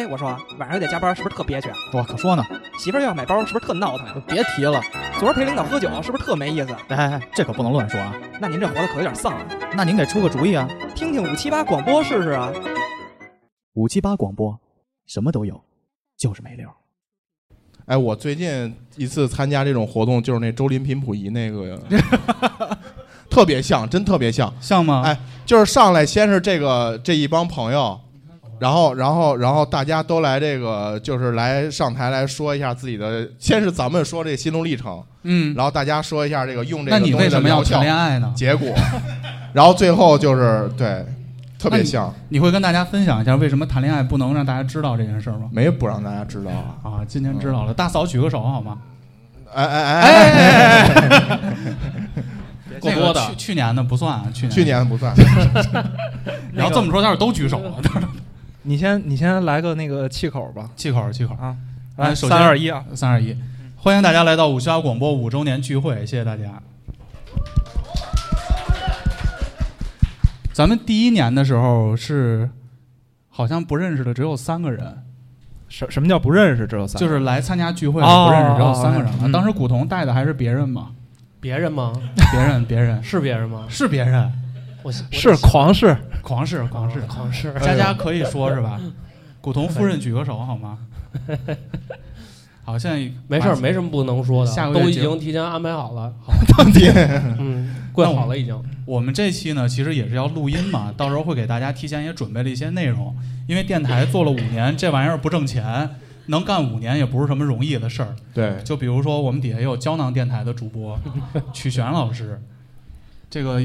哎，我说晚上又得加班，是不是特憋屈？ 我可说呢。 媳妇儿又要买包，是不是特闹腾呀？ 别提了， 昨儿陪领导喝酒，是不是特没意思？ 哎，这可不能乱说啊。 那您这活的可有点丧啊。 那您给出个主意啊。 听听578广播试试啊。 578广播，什么都有，就是没溜。 哎，我最近一次参加这种活动，就是那周林频谱仪那个，特别像，真特别像。 像吗？ 哎，就是上来先是这一帮朋友，然后大家都来这个，就是来上台来说一下自己的，先是咱们说这心路历程，然后大家说一下这个用这个东西的疗效， 那你为什么要谈恋爱呢？ 结果，然后最后就是对。特别像。 你会跟大家分享一下为什么谈恋爱不能让大家知道这件事吗？ 没不让大家知道啊！今天知道了，大嫂举个手好吗？ 哎， 过多的去年的不算啊， 去年的不算。 然后这么说，倒是都举手了。 你先来个那个气口吧， 气口啊！ 来，3、2、1啊 ，3、2、1，欢迎大家来到578广播5周年聚会，谢谢大家。咱们第1年的时候是好像不认识的只有3个人。 什么叫不认识只有3个人？ 就是来参加聚会的不认识只有3个人了。当时古潼带的还是别人吗？ 别人吗？ 别人是别人吗？ 是别人， 是狂士， 佳佳可以说是吧？古潼夫人举个手好吗？好，现在没事，没什么不能说的， 下个月都已经提前安排好了。好，跪好了已经。 我们这期呢，其实也是要录音嘛，到时候会给大家提前也准备了一些内容。因为电台做了5年，这玩意儿不挣钱，能干5年也不是什么容易的事儿。 对， 就比如说我们底下也有胶囊电台的主播曲璇老师，这个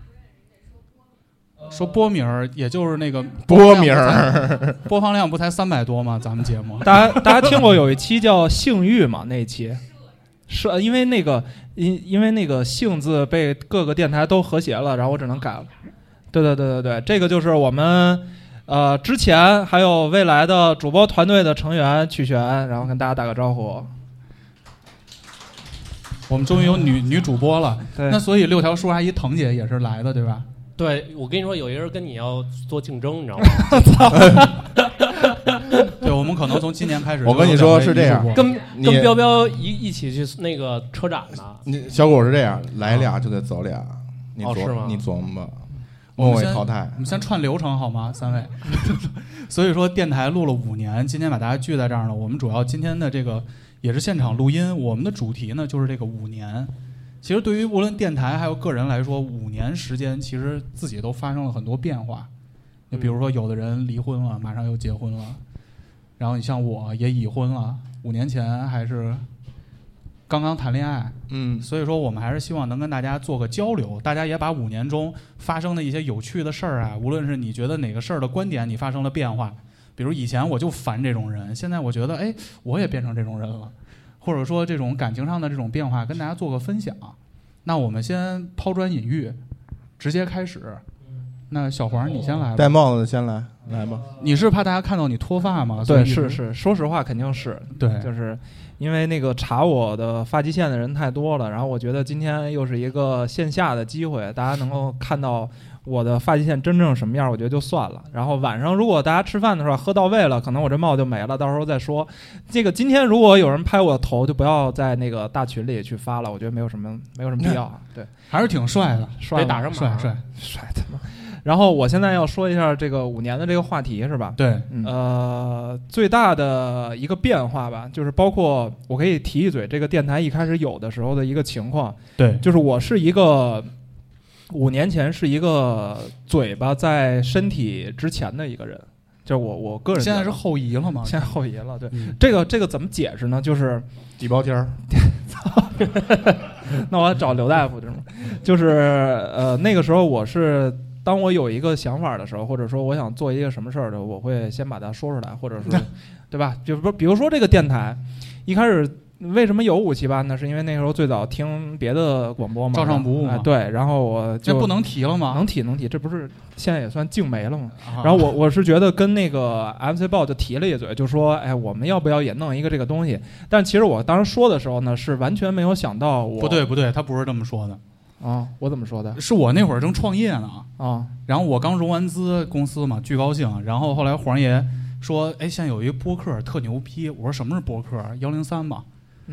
说波米儿，也就是那个波米儿， 播放量不才300多吗？咱们节目， 大家听过有一期叫性欲吗？那一期是因为那个性字被各个电台都和谐了，然后我只能改了。对，这个就是我们之前还有未来的主播团队的成员曲璇，然后跟大家打个招呼。 我们终于有女主播了，那所以6条叔阿姨腾姐也是来的，对吧？ 对，我跟你说，有一个人跟你要做竞争，你知道吗？ 对，我们可能从今年开始， 我跟你说是这样， 跟彪彪一起去那个车展呢。 小果是这样，来俩就得走俩，你琢磨吧。 我们淘汰， 我们先串流程好吗？3位。所以说电台录了5年，今天把大家聚在这儿呢，我们主要今天的这个也是现场录音，我们的主题呢就是这个5年。其实对于无论电台还有个人来说，5年时间其实自己都发生了很多变化。就比如说有的人离婚了，马上又结婚了，然后你像我也已婚了，5年前还是刚刚谈恋爱，所以说我们还是希望能跟大家做个交流，大家也把5年中发生的一些有趣的事儿啊，无论是你觉得哪个事儿的观点你发生了变化，比如以前我就烦这种人，现在我觉得哎我也变成这种人了，或者说这种感情上的这种变化跟大家做个分享。那我们先抛砖引玉，直接开始。那小黄你先来吧。 戴帽子先来吧。 你是怕大家看到你脱发吗？ 对，是，说实话肯定是。 对， 就是因为那个查我的发际线的人太多了，然后我觉得今天又是一个线下的机会，大家能够看到我的发际线真正什么样，我觉得就算了。然后晚上如果大家吃饭的时候喝到位了，可能我这帽就没了，到时候再说。这个今天如果有人拍我的头，就不要在那个大群里去发了，我觉得没有什么必要。对， 还是挺帅的， 得打上码， 帅他妈。然后我现在要说一下这个5年的这个话题是吧？ 对， 最大的一个变化吧，就是包括我可以提一嘴，这个电台一开始有的时候的一个情况。 对， 就是我是一个5年前是一个嘴巴在身体之前的一个人，就是我个人。 现在是后移了吗？ 现在后移了，对。这个怎么解释呢？就是地包天儿。 那我要找刘大夫，就是那个时候我是。当我有一个想法的时候，或者说我想做一个什么事儿的，我会先把它说出来，或者说，对吧？就比如说这个电台，一开始为什么有578呢？是因为那时候最早听别的广播嘛， 照常不误嘛。 对，然后我就这不能提了吗？ 能提，这不是现在也算净没了吗？然后我是觉得跟那个 MC 报就提了一嘴，就说，哎，我们要不要也弄一个这个东西？但其实我当时说的时候呢，是完全没有想到我。 不对，他不是这么说的。 我怎么说的？ 是我那会儿正创业呢啊， 然后我刚融完资，公司嘛巨高兴，然后后来黄爷说哎，现在有一个播客特牛逼。我说什么是播客？103吧。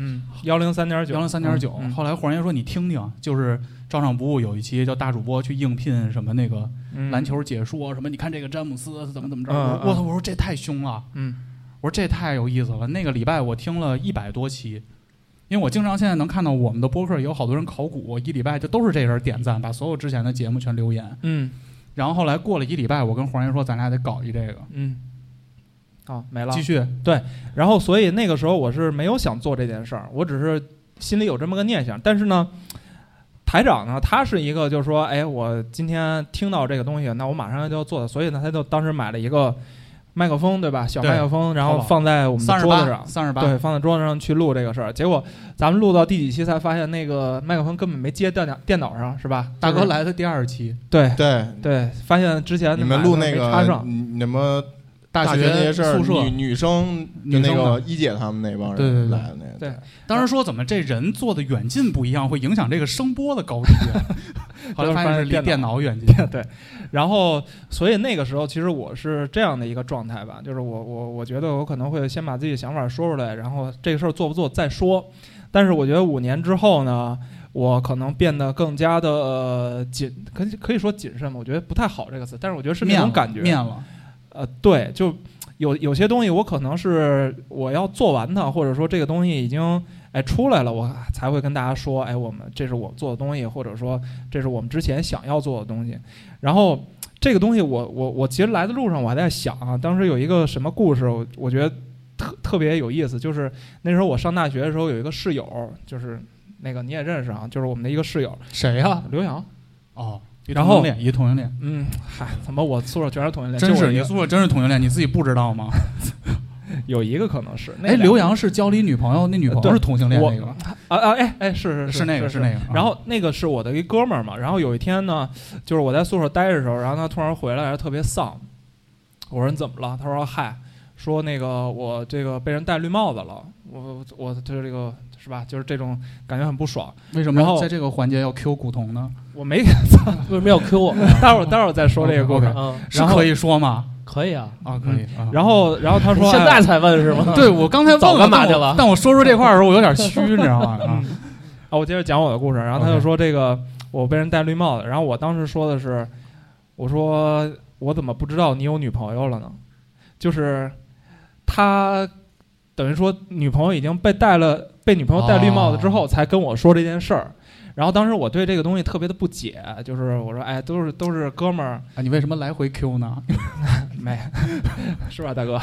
103.9， 后来忽然间说你听听，就是照常不误有一期叫大主播去应聘什么那个篮球解说，什么你看这个詹姆斯怎么着，我操！我说这太凶了，我说这太有意思了。那个礼拜我听了100多期，因为我经常现在能看到我们的播客有好多人考古，一礼拜就都是这人点赞，把所有之前的节目全留言。然后后来过了1礼拜，我跟黄爷说咱俩得搞一这个。 没了。 继续。 对，然后所以那个时候我是没有想做这件事儿，我只是心里有这么个念想。但是呢，台长呢，他是一个就是说，哎，我今天听到这个东西，那我马上就要做的，所以呢，他就当时买了一个麦克风，对吧？小麦克风，然后放在我们的桌子上 ，38， 对，放在桌子上去录这个事儿。结果咱们录到第几期才发现，那个麦克风根本没接电脑上，是吧？ 大哥来的第2期， 对，发现之前你们录那个插上你们大学那些事儿，女生就那个一姐他们那帮人来的那个。 对， 当时说怎么这人坐的远近不一样，会影响这个声波的高低。后来发现是离电脑远近。 对，然后所以那个时候其实我是这样的一个状态吧，就是我觉得我可能会先把自己的想法说出来，然后这个事儿做不做再说。但是我觉得5年之后呢，我可能变得更加的可以说谨慎嘛，我觉得不太好这个词，但是我觉得是那种感觉。 面了。 对，就有些东西我可能是我要做完它，或者说这个东西已经出来了，我才会跟大家说，这是我做的东西，或者说这是我们之前想要做的东西。然后这个东西我其实来的路上我还在想啊，当时有一个什么故事，我觉得特别有意思，就是那时候我上大学的时候有一个室友，就是那个你也认识啊，就是我们的一个室友。 谁呀？ 刘洋。 哦。然后一同性恋， 怎么我宿舍全是同性恋？ 真是你宿舍真是同性恋，你自己不知道吗？ 有一个可能是， 刘洋是交了一女朋友，那女朋友是同性恋那个是那个。然后那个是我的一哥们儿嘛，然后有一天呢，就是我在宿舍待着的时候，然后他突然回来，特别丧。我说你怎么了？他说嗨，说那个我这个被人戴绿帽子了，我就是这个。是吧？就是这种感觉很不爽。 为什么在这个环节要 Q 古潼呢？ 我没为什么要 Q 我？ 待会儿再说这个故事。 是可以说吗？ 可以啊， 可以。 然后他说现在才问是吗？ 对，我刚才问早干嘛去了？ 但我说出这块的时候，我有点虚，你知道吗？ 我接着讲我的故事。然后他就说这个我被人戴绿帽子，然后我当时说的是，我说我怎么不知道你有女朋友了呢？就是他等于说女朋友已经被女朋友戴绿帽子之后，才跟我说这件事儿。然后当时我对这个东西特别的不解，就是我说，都是哥们儿啊，你为什么来回 Q 呢？ 没，是吧，大哥？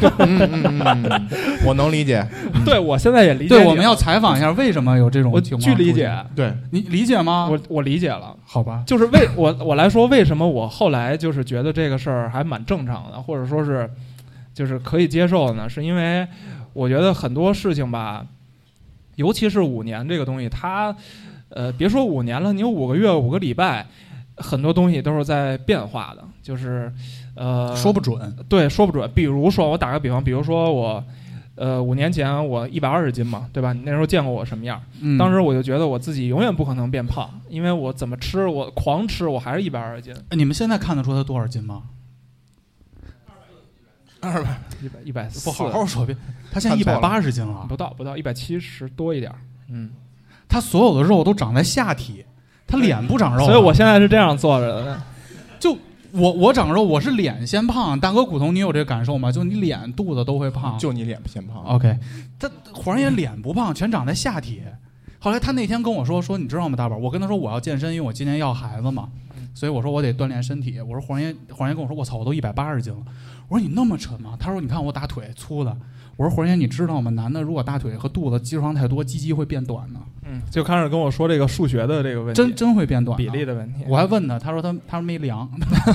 我能理解。 对，我现在也理解。 对，我们要采访一下为什么有这种情况。 我巨理解。 对， 你理解吗？ 我理解了。 好吧， 就是我来说，为什么我后来就是觉得这个事儿还蛮正常的，或者说是就是可以接受的呢？是因为我觉得很多事情吧。尤其是5年这个东西，它，别说5年了，你有5个月、5个礼拜，很多东西都是在变化的，就是， 说不准。 对，说不准。比如说，我打个比方，比如说我，5年前我120斤嘛，对吧？你那时候见过我什么样？当时我就觉得我自己永远不可能变胖，因为我怎么吃，我狂吃，我还是120斤。 你们现在看得出他多少斤吗 ？140， 不好好说别。他现在180斤了， 不到170多一点。 他所有的肉都长在下体，他脸不长肉。 所以我现在是这样坐着的。 就我长肉，我是脸先胖。大哥古潼，你有这个感受吗？就你脸肚子都会胖， 就你脸先胖。 OK， 他黄爷脸不胖，全长在下体。后来他那天跟我说你知道吗，大宝？我跟他说我要健身，因为我今年要孩子嘛，所以我说我得锻炼身体。我说黄爷跟我说我操，我都180斤了。我说你那么沉吗？他说你看我大腿粗的。我说黄爷你知道吗？男的如果大腿和肚子肌肉太多，鸡鸡会变短呢。 就开始跟我说这个数学的这个问题， 真会变短， 比例的问题。 我还问他说他没量。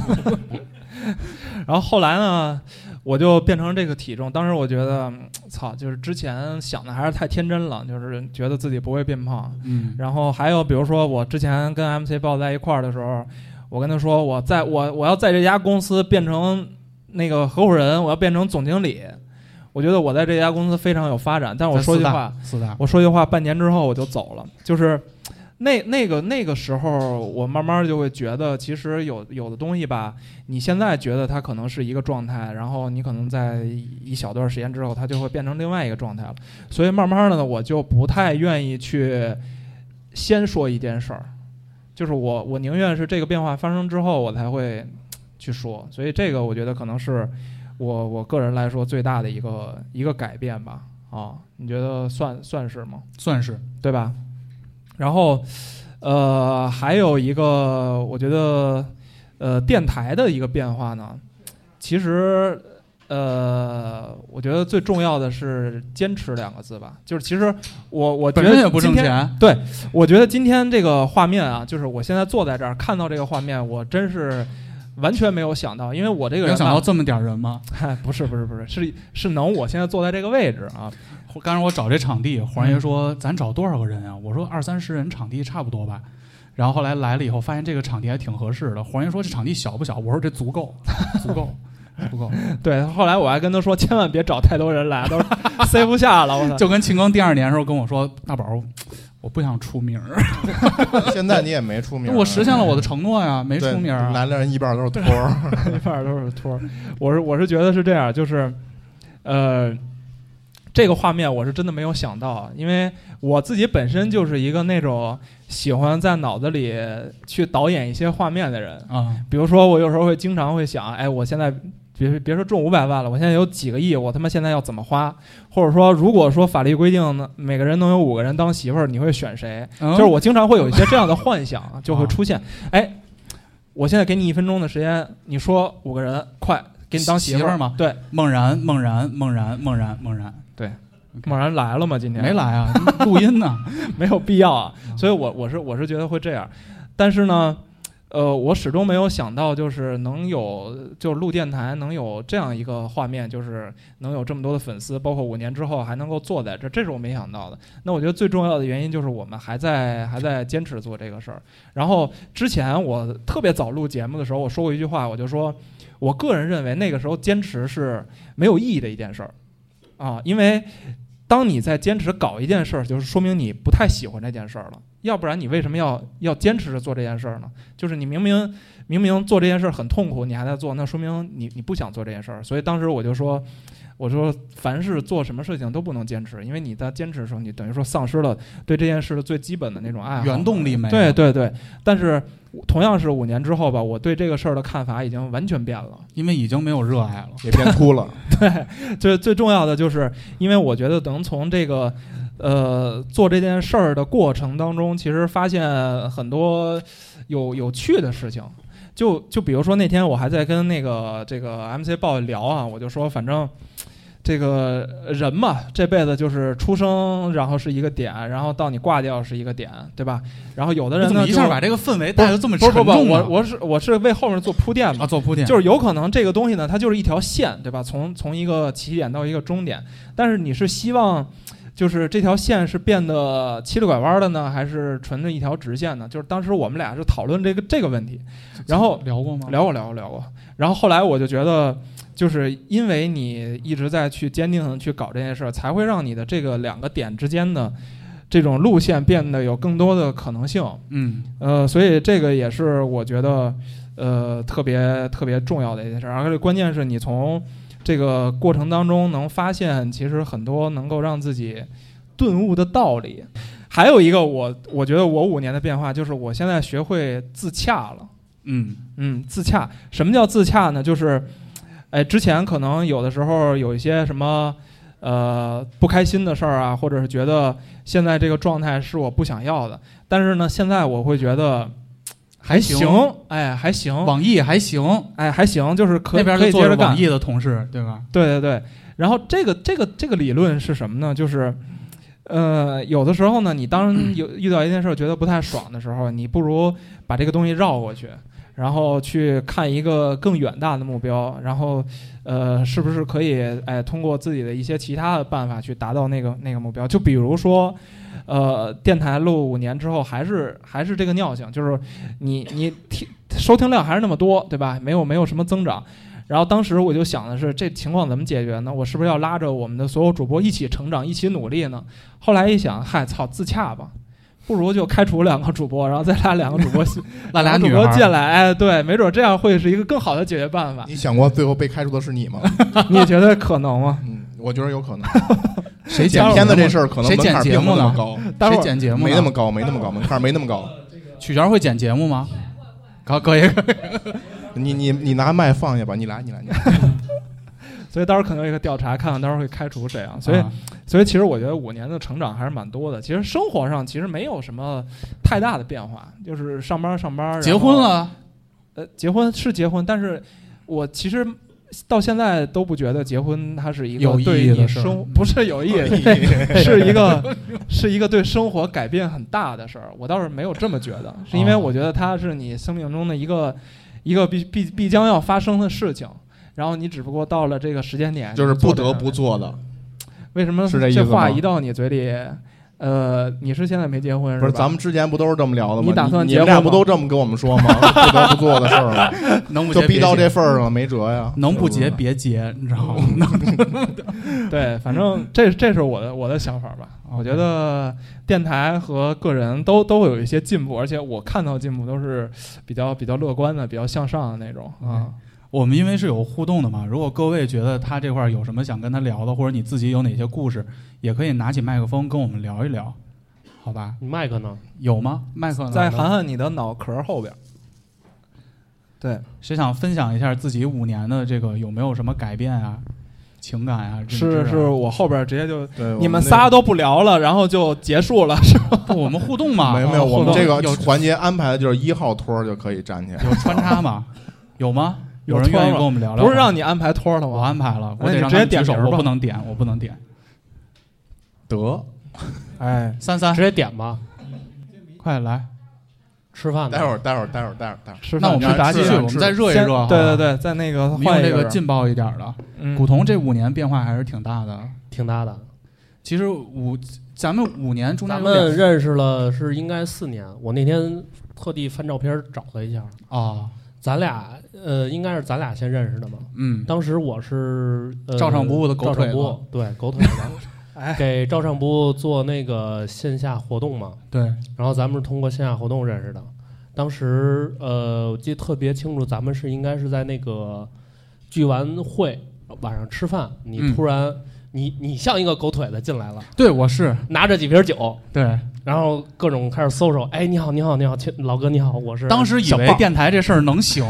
然后后来呢，我就变成这个体重。当时我觉得，就是之前想的还是太天真了，就是觉得自己不会变胖。然后还有比如说我之前跟 MC 抱在一块儿的时候，我跟他说我要在这家公司变成那个合伙人，我要变成总经理。我觉得我在这家公司非常有发展，但是我说句话，半年之后我就走了。就是那个时候，我慢慢就会觉得，其实有的东西吧，你现在觉得它可能是一个状态，然后你可能在一小段时间之后，它就会变成另外一个状态了。所以慢慢的呢，我就不太愿意去先说一件事儿，就是我宁愿是这个变化发生之后，我才会去说。所以这个我觉得可能是我个人来说最大的一个改变吧。啊，你觉得算是吗？ 算是， 对吧？然后，还有一个，我觉得，电台的一个变化呢，其实，我觉得最重要的是坚持2个字吧。就是其实我觉得本身也不挣钱， 对，我觉得今天这个画面啊，就是我现在坐在这儿看到这个画面，我真是完全没有想到，因为我这个人没有想到这么点人吗？ 不是，是能我现在坐在这个位置啊。 刚才我找这场地，黄爷说咱找多少个人啊？我说20-30人场地差不多吧。然后后来来了以后，发现这个场地还挺合适的。黄爷说这场地小不小？我说这足够，足够。 对，后来我还跟他说，千万别找太多人来，都塞不下了。我操！ 就跟秦庚第2年的时候跟我说，大宝，我不想出名。 现在你也没出名， 我实现了我的承诺呀，没出名。 来的人一半都是托一半都是托。我是觉得是这样，就是，这个画面我是真的没有想到，因为我自己本身就是一个那种喜欢在脑子里去导演一些画面的人啊。 比如说，我有时候会经常会想，哎，我现在别说中500万了，我现在有几个亿，我他妈现在要怎么花？或者说，如果说法律规定呢，每个人能有5个人当媳妇儿，你会选谁？就是我经常会有一些这样的幻想就会出现。哎，我现在给你1分钟的时间，你说5个人，快给你当媳妇儿吗？ 对， 梦然。对， 猛然来了吗？今天没来啊，录音呢， 没有必要啊。所以我是觉得会这样，但是呢，我始终没有想到，就是就是录电台能有这样一个画面，就是能有这么多的粉丝，包括5年之后还能够坐在这，这是我没想到的。那我觉得最重要的原因就是我们还在坚持做这个事儿。然后之前我特别早录节目的时候，我说过一句话，我就说我个人认为那个时候坚持是没有意义的一件事儿。啊，因为当你在坚持搞一件事儿，就是说明你不太喜欢这件事儿了。要不然你为什么要坚持着做这件事儿呢？就是你明明做这件事儿很痛苦，你还在做，那说明你不想做这件事儿。所以当时我说凡是做什么事情都不能坚持，因为你在坚持的时候，你等于说丧失了对这件事的最基本的那种爱好， 原动力没有。对。但是同样是5年之后吧，我对这个事儿的看法已经完全变了， 因为已经没有热爱了， 也变秃了。 对，最重要的就是因为我觉得能从这个做这件事儿的过程当中，其实发现很多有趣的事情。就比如说那天我还在跟这个 MC 报聊啊，我就说反正这个人嘛，这辈子就是出生，然后是一个点，然后到你挂掉是一个点，对吧？然后有的人呢， 怎么一下把这个氛围带得这么沉重呢？我是为后面做铺垫嘛， 做铺垫， 就是有可能这个东西呢，它就是一条线，对吧？从一个起点到一个终点，但是你是希望就是这条线是变得七里拐弯的呢，还是纯的一条直线呢？就是当时我们俩是讨论这个问题，然后聊过吗？ 聊过。然后后来我就觉得，就是因为你一直在去坚定的去搞这件事，才会让你的这个2个点之间的这种路线变得有更多的可能性。所以这个也是我觉得特别重要的一件事，而且关键是你从这个过程当中能发现其实很多能够让自己顿悟的道理。还有一个我觉得我5年的变化就是我现在学会自洽了。自洽。什么叫自洽呢？就是之前可能有的时候有一些什么不开心的事儿啊，或者是觉得现在这个状态是我不想要的，但是呢现在我会觉得还行，还行， 网易还行， 还行，就是可以那边接着干。 网易的同事对吧？ 对。然后这个理论是什么呢？就是有的时候呢，你当遇到一件事觉得不太爽的时候，你不如把这个东西绕过去，然后去看一个更远大的目标，然后是不是可以通过自己的一些其他的办法去达到那个目标？就比如说电台录5年之后还是这个尿性，就是你收听量还是那么多，对吧？没有什么增长。然后当时我就想的是，这情况怎么解决呢？我是不是要拉着我们的所有主播一起成长，一起努力呢？后来一想，自洽吧， 不如就开除2个主播，然后再拉2个主播， 拉俩主播进来，哎，对，没准这样会是一个更好的解决办法。 你想过最后被开除的是你吗？ 你觉得可能吗？ 我觉得有可能。 谁剪片子这事儿可能谁剪节目那么高， 谁剪节目没那么高，门槛没那么高。 曲泉会剪节目吗？可以。 你拿麦放下吧，你来。 所以到时候可能有一个调查，看看到时候会开除谁啊？所以其实我觉得5年的成长还是蛮多的。其实生活上其实没有什么太大的变化，就是上班， 结婚了。 结婚是结婚，但是我其实到现在都不觉得结婚它是一个对你生不是有意义，是一个对生活改变很大的事儿。我倒是没有这么觉得，是因为我觉得它是你生命中的一个必将要发生的事情。然后你只不过到了这个时间点， 就是不得不做的。 为什么是这话一到你嘴里？你是现在没结婚是吧？ 不是，咱们之前不都是这么聊的吗？ 你打算结婚吗？ 你们俩不都这么跟我们说吗？不得不做的事儿吗？ 能不就逼到这份儿上了，没辙呀。 能不结别结，你知道吗？ 对，反正这是我的想法吧。我觉得电台和个人都会有一些进步，而且我看到进步都是比较乐观的、比较向上的那种啊。 我们因为是有互动的嘛，如果各位觉得他这块有什么想跟他聊的，或者你自己有哪些故事，也可以拿起麦克风跟我们聊一聊，好吧？ 你麦克呢？ 有吗？麦克再含含你的脑壳后边。对， 谁想分享一下自己5年的这个有没有什么改变啊？情感啊？ 是我后边直接就你们仨都不聊了，然后就结束了，是吧？ 我们互动嘛？ 没有，我们这个环节安排的就是1号托就可以站起来。 有穿插吗？有吗？有人愿意跟我们聊聊？ 不是让你安排托了吗？ 我安排了，我得让直接点手，我不能点。 得， 哎，33 直接点吧， 快来吃饭。 待会儿吃饭。 那我们继续，我们再热一热。 对，在那个换这个劲爆一点的。古潼这5年变化还是挺大的， 挺大的。 其实咱们5年中间， 咱们认识了是应该4年。我那天特地翻照片找了一下啊。 咱俩应该是咱俩先认识的嘛。当时我是照上不误的狗腿子， 对，狗腿子，给照上不误做那个线下活动嘛。 对， 然后咱们是通过线下活动认识的。当时我记得特别清楚，咱们是应该是在那个聚完会晚上吃饭，你突然你像一个狗腿子进来了。 对，我是拿着几瓶酒。 对。 然后各种开始搜搜，哎，你好，老哥你好，我是。 当时以为电台这事儿能行，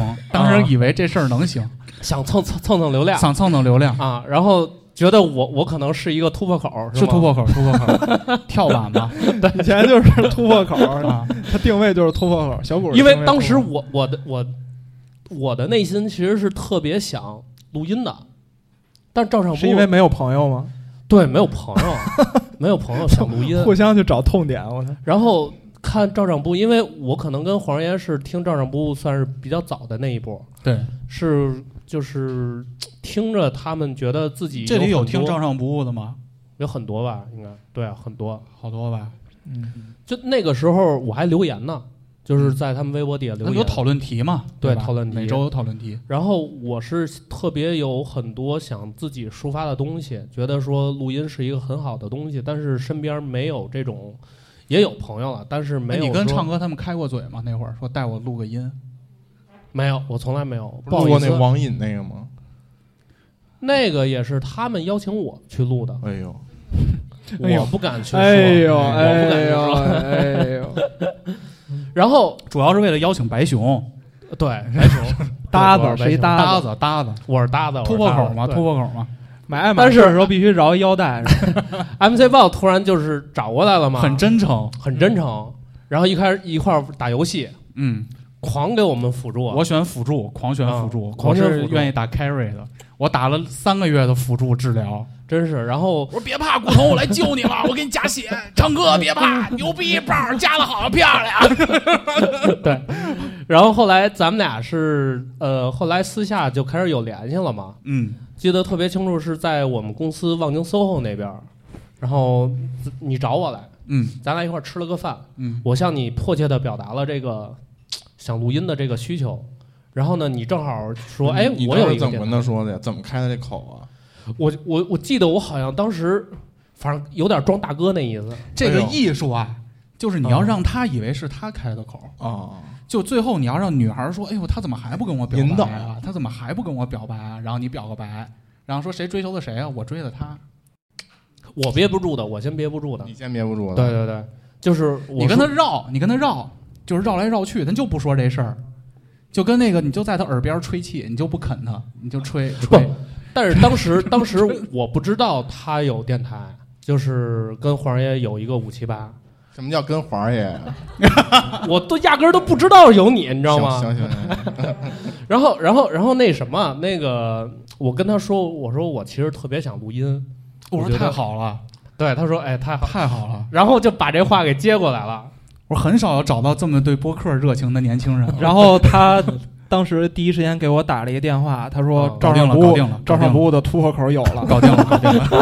想蹭蹭流量，啊，然后觉得我可能是一个突破口， 是突破口，跳板嘛， 对，以前就是突破口啊，它定位就是突破口，小谷。 因为当时我的内心其实是特别想录音的，但照上不是因为没有朋友吗？ 对，没有朋友想录音， 互相去找痛点。 然后看照上不，因为我可能跟黄爷是听照上不算是比较早的那一波。 对， 就是听着他们觉得自己这里有听照上不误的吗？ 有很多吧，应该对啊，很多， 好多吧。 就那个时候我还留言呢。就是在他们微博底下留言， 有讨论题嘛？ 对，讨论题， 每周讨论题。 然后我是特别有很多想自己抒发的东西，觉得说录音是一个很好的东西，但是身边没有这种，也有朋友了，但是没有。 你跟唱歌他们开过嘴吗？那会儿说带我录个音， 没有，我从来没有。 录过那网瘾那个吗？ 那个也是他们邀请我去录的。 哎呦， 我不敢去说。 哎呦。 然后主要是为了邀请白熊， 对，白熊搭子，谁搭子？ 我是搭子， 突破口嘛， 买爱马仕的时候必须绕腰带。 MC 豹突然就是找过来了嘛， 很真诚， 然后一块打游戏，狂给我们辅助。 我选辅助，狂选辅助，我是愿意打 carry 的。我打了3个月的辅助治疗。 真是，然后我说别怕，古潼，我来救你了，我给你加血。唱歌别怕，牛逼，棒加的好漂亮。 对，然后后来咱们俩是后来私下就开始有联系了嘛。记得特别清楚，是在我们公司望京 SOHO 那边，然后你找我来，咱俩一块吃了个饭，我向你迫切的表达了这个想录音的这个需求，然后呢，你正好说，哎，我有一个怎么跟他说的呀？怎么开的这口啊？我记得我好像当时反正有点装大哥那意思。 这个艺术啊， 就是你要让他以为是他开的口啊， 就最后你要让女孩说，哎呦，他怎么还不跟我表白啊？他怎么还不跟我表白啊？然后你表个白，然后说谁追求的谁啊？我追的他。 我憋不住的，我先憋不住的。 你先憋不住的。 对对对，就是你跟他绕，就是绕来绕去，他就不说这事儿，就跟那个你就在他耳边吹气，你就不啃他，你就吹。 但是当时我不知道他有电台，就是跟黄爷有一个578。 什么叫跟黄爷？ 我都压根儿都不知道有你知道吗？ 行。 然后那什么，那个我跟他说，我说我其实特别想录音。 我说太好了， 对，他说哎太好了， 然后就把这话给接过来了。 我很少找到这么对播客热情的年轻人。 然后他当时第一时间给我打了一个电话，他说招商不误的突破口有了， 搞定了，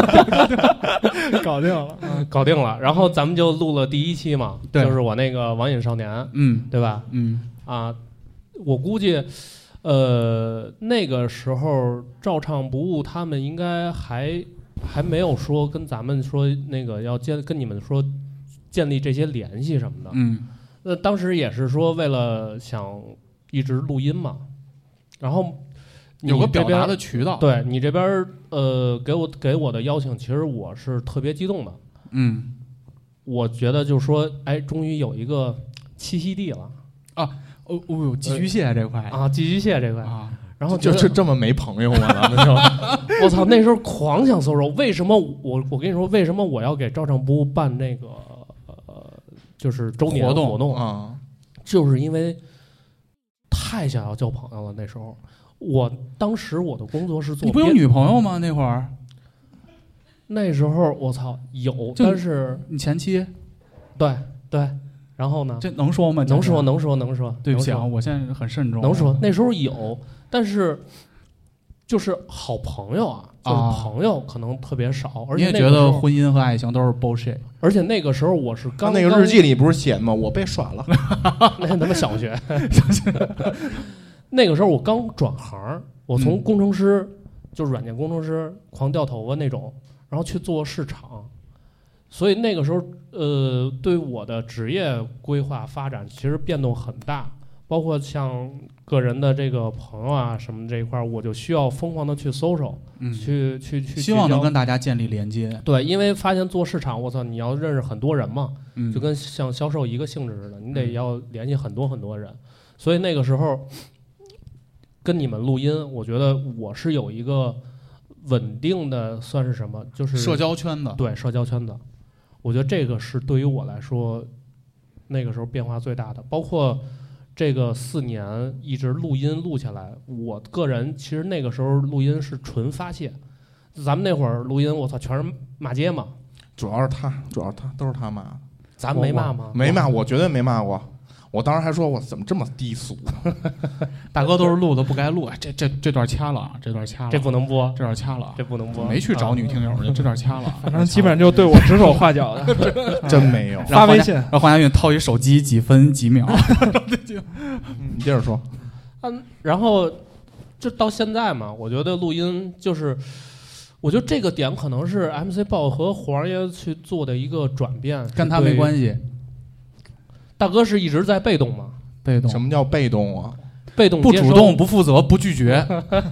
搞定了。 然后咱们就录了第1期嘛，就是我那个网瘾少年，对吧？我估计。那个时候照唱不误他们应该还没有说跟咱们说那个要跟你们说建立这些联系什么的。那当时也是说为了想一直录音嘛，然后有个表达的渠道。 对你这边给我的邀请，其实我是特别激动的。我觉得就是说，哎，终于有一个栖息地了啊。寄居蟹这块啊，寄居蟹这块啊， 然后就这么没朋友吗？咱们就， 我操，那时候狂想搜索，为什么我跟你说，为什么我要给照唱不误办那个就是周年活动啊？ 就是因为太想要交朋友了。那时候，当时我的工作是做， 你不有女朋友吗？那会儿， 那时候我操有，但是你前妻， 对。然后呢？ 这能说吗？ 能说。 对不起啊，我现在很慎重。 能说，那时候有，但是就是好朋友啊，就是朋友可能特别少。而且你也觉得婚姻和爱情都是 bullshit。 而且那个时候我是刚那个日记里不是写的吗？我被耍了。 那他妈小学。那个时候我刚转行，我从工程师，就是软件工程师，狂掉头发那种，然后去做市场。所以那个时候，对我的职业规划发展其实变动很大，包括像个人的这个朋友啊什么这一块，我就需要疯狂的去social，去希望能跟大家建立连接。 对，因为发现做市场，我操，你要认识很多人嘛，就跟像销售一个性质似的，你得要联系很多很多人。所以那个时候跟你们录音，我觉得我是有一个稳定的，算是什么，就是社交圈子。 对，社交圈子。我觉得这个是对于我来说，那个时候变化最大的。包括这个4年一直录音录下来，我个人其实那个时候录音是纯发泄。咱们那会儿录音，我操，全是骂街嘛。 主要是他，都是他骂的。 咱没骂吗？ 没骂，我绝对没骂过。我当时还说，我怎么这么低俗？ 大哥都是录的不该录，这段掐了，这不能播， 这段掐了， 这不能播。 没去找女听友去，这段掐了。 反正基本上就对我指手画脚的， 真没有。 发微信， 让黄家韵掏一手机几分几秒。 你接着说。 然后就到现在嘛，我觉得录音就是，我觉得这个点可能是 MC 豹和黄爷去做的一个转变， 跟他没关系。 大哥是一直在被动吗？ 被动。 什么叫被动啊？ 被动不主动、不负责、不拒绝。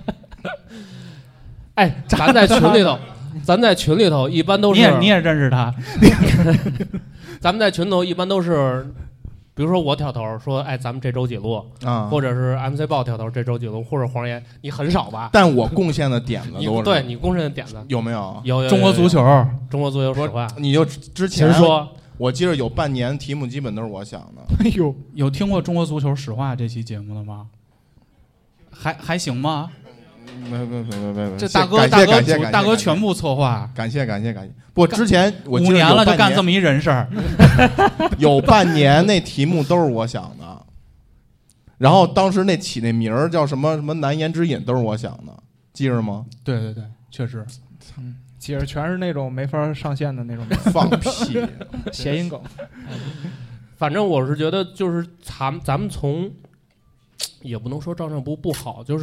哎，咱在群里头一般都是你也认识他。 咱们在群头一般都是，比如说我挑头说，哎，咱们这周几录啊， 或者是 MC 豹挑头这周几录，或者黄爷，你很少吧？ 但我贡献的点子都是对你贡献的点子有没有？ 有中国足球实话， 你就之前说。 我记得有半年题目基本都是我想的。 哎呦， 有听过《中国足球史话》这期节目的吗？还行吗？ 没， 这大哥全部策划， 感谢。不，之前我记得 5年了就干这么一人事儿， 有半年那题目都是我想的。然后当时起那名儿叫什么难言之隐，都是我想的，记着吗？ 对，确实。 记着全是那种没法上线的那种放屁谐音梗。 反正我是觉得，就是咱们从也不能说照唱不好，就是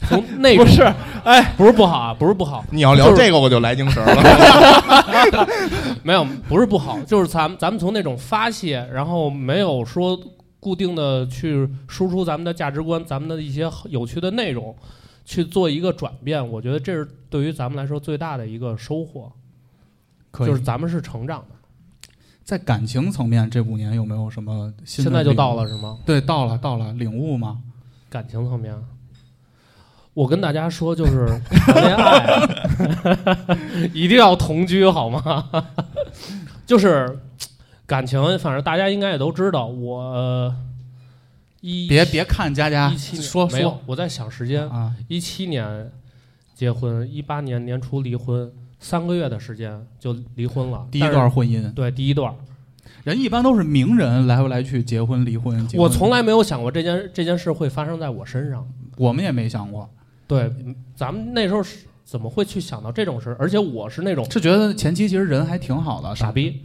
从那不是， 不是不好啊，不是不好。 你要聊这个，我就来精神了。 没有，不是不好，就是咱们从那种发泄，然后没有说固定的去输出咱们的价值观，咱们的一些有趣的内容，去做一个转变。我觉得这是对于咱们来说最大的一个收获，就是咱们是成长的。 在感情层面，这5年有没有什么新的？ 现在就到了是吗？ 对，到了，领悟吗？ 感情层面，我跟大家说，就是谈恋爱一定要同居，好吗？就是感情，反正大家应该也都知道，我别看佳佳说没有，我在想时间啊，17年结婚，18年年初离婚。3个月的时间就离婚了， 第一段婚姻。 对，第一段。 人一般都是名人来回来去结婚离婚。 我从来没有想过这件事会发生在我身上。 我们也没想过。 对，咱们那时候怎么会去想到这种事？而且我是那种是觉得前期其实人还挺好的， 傻逼，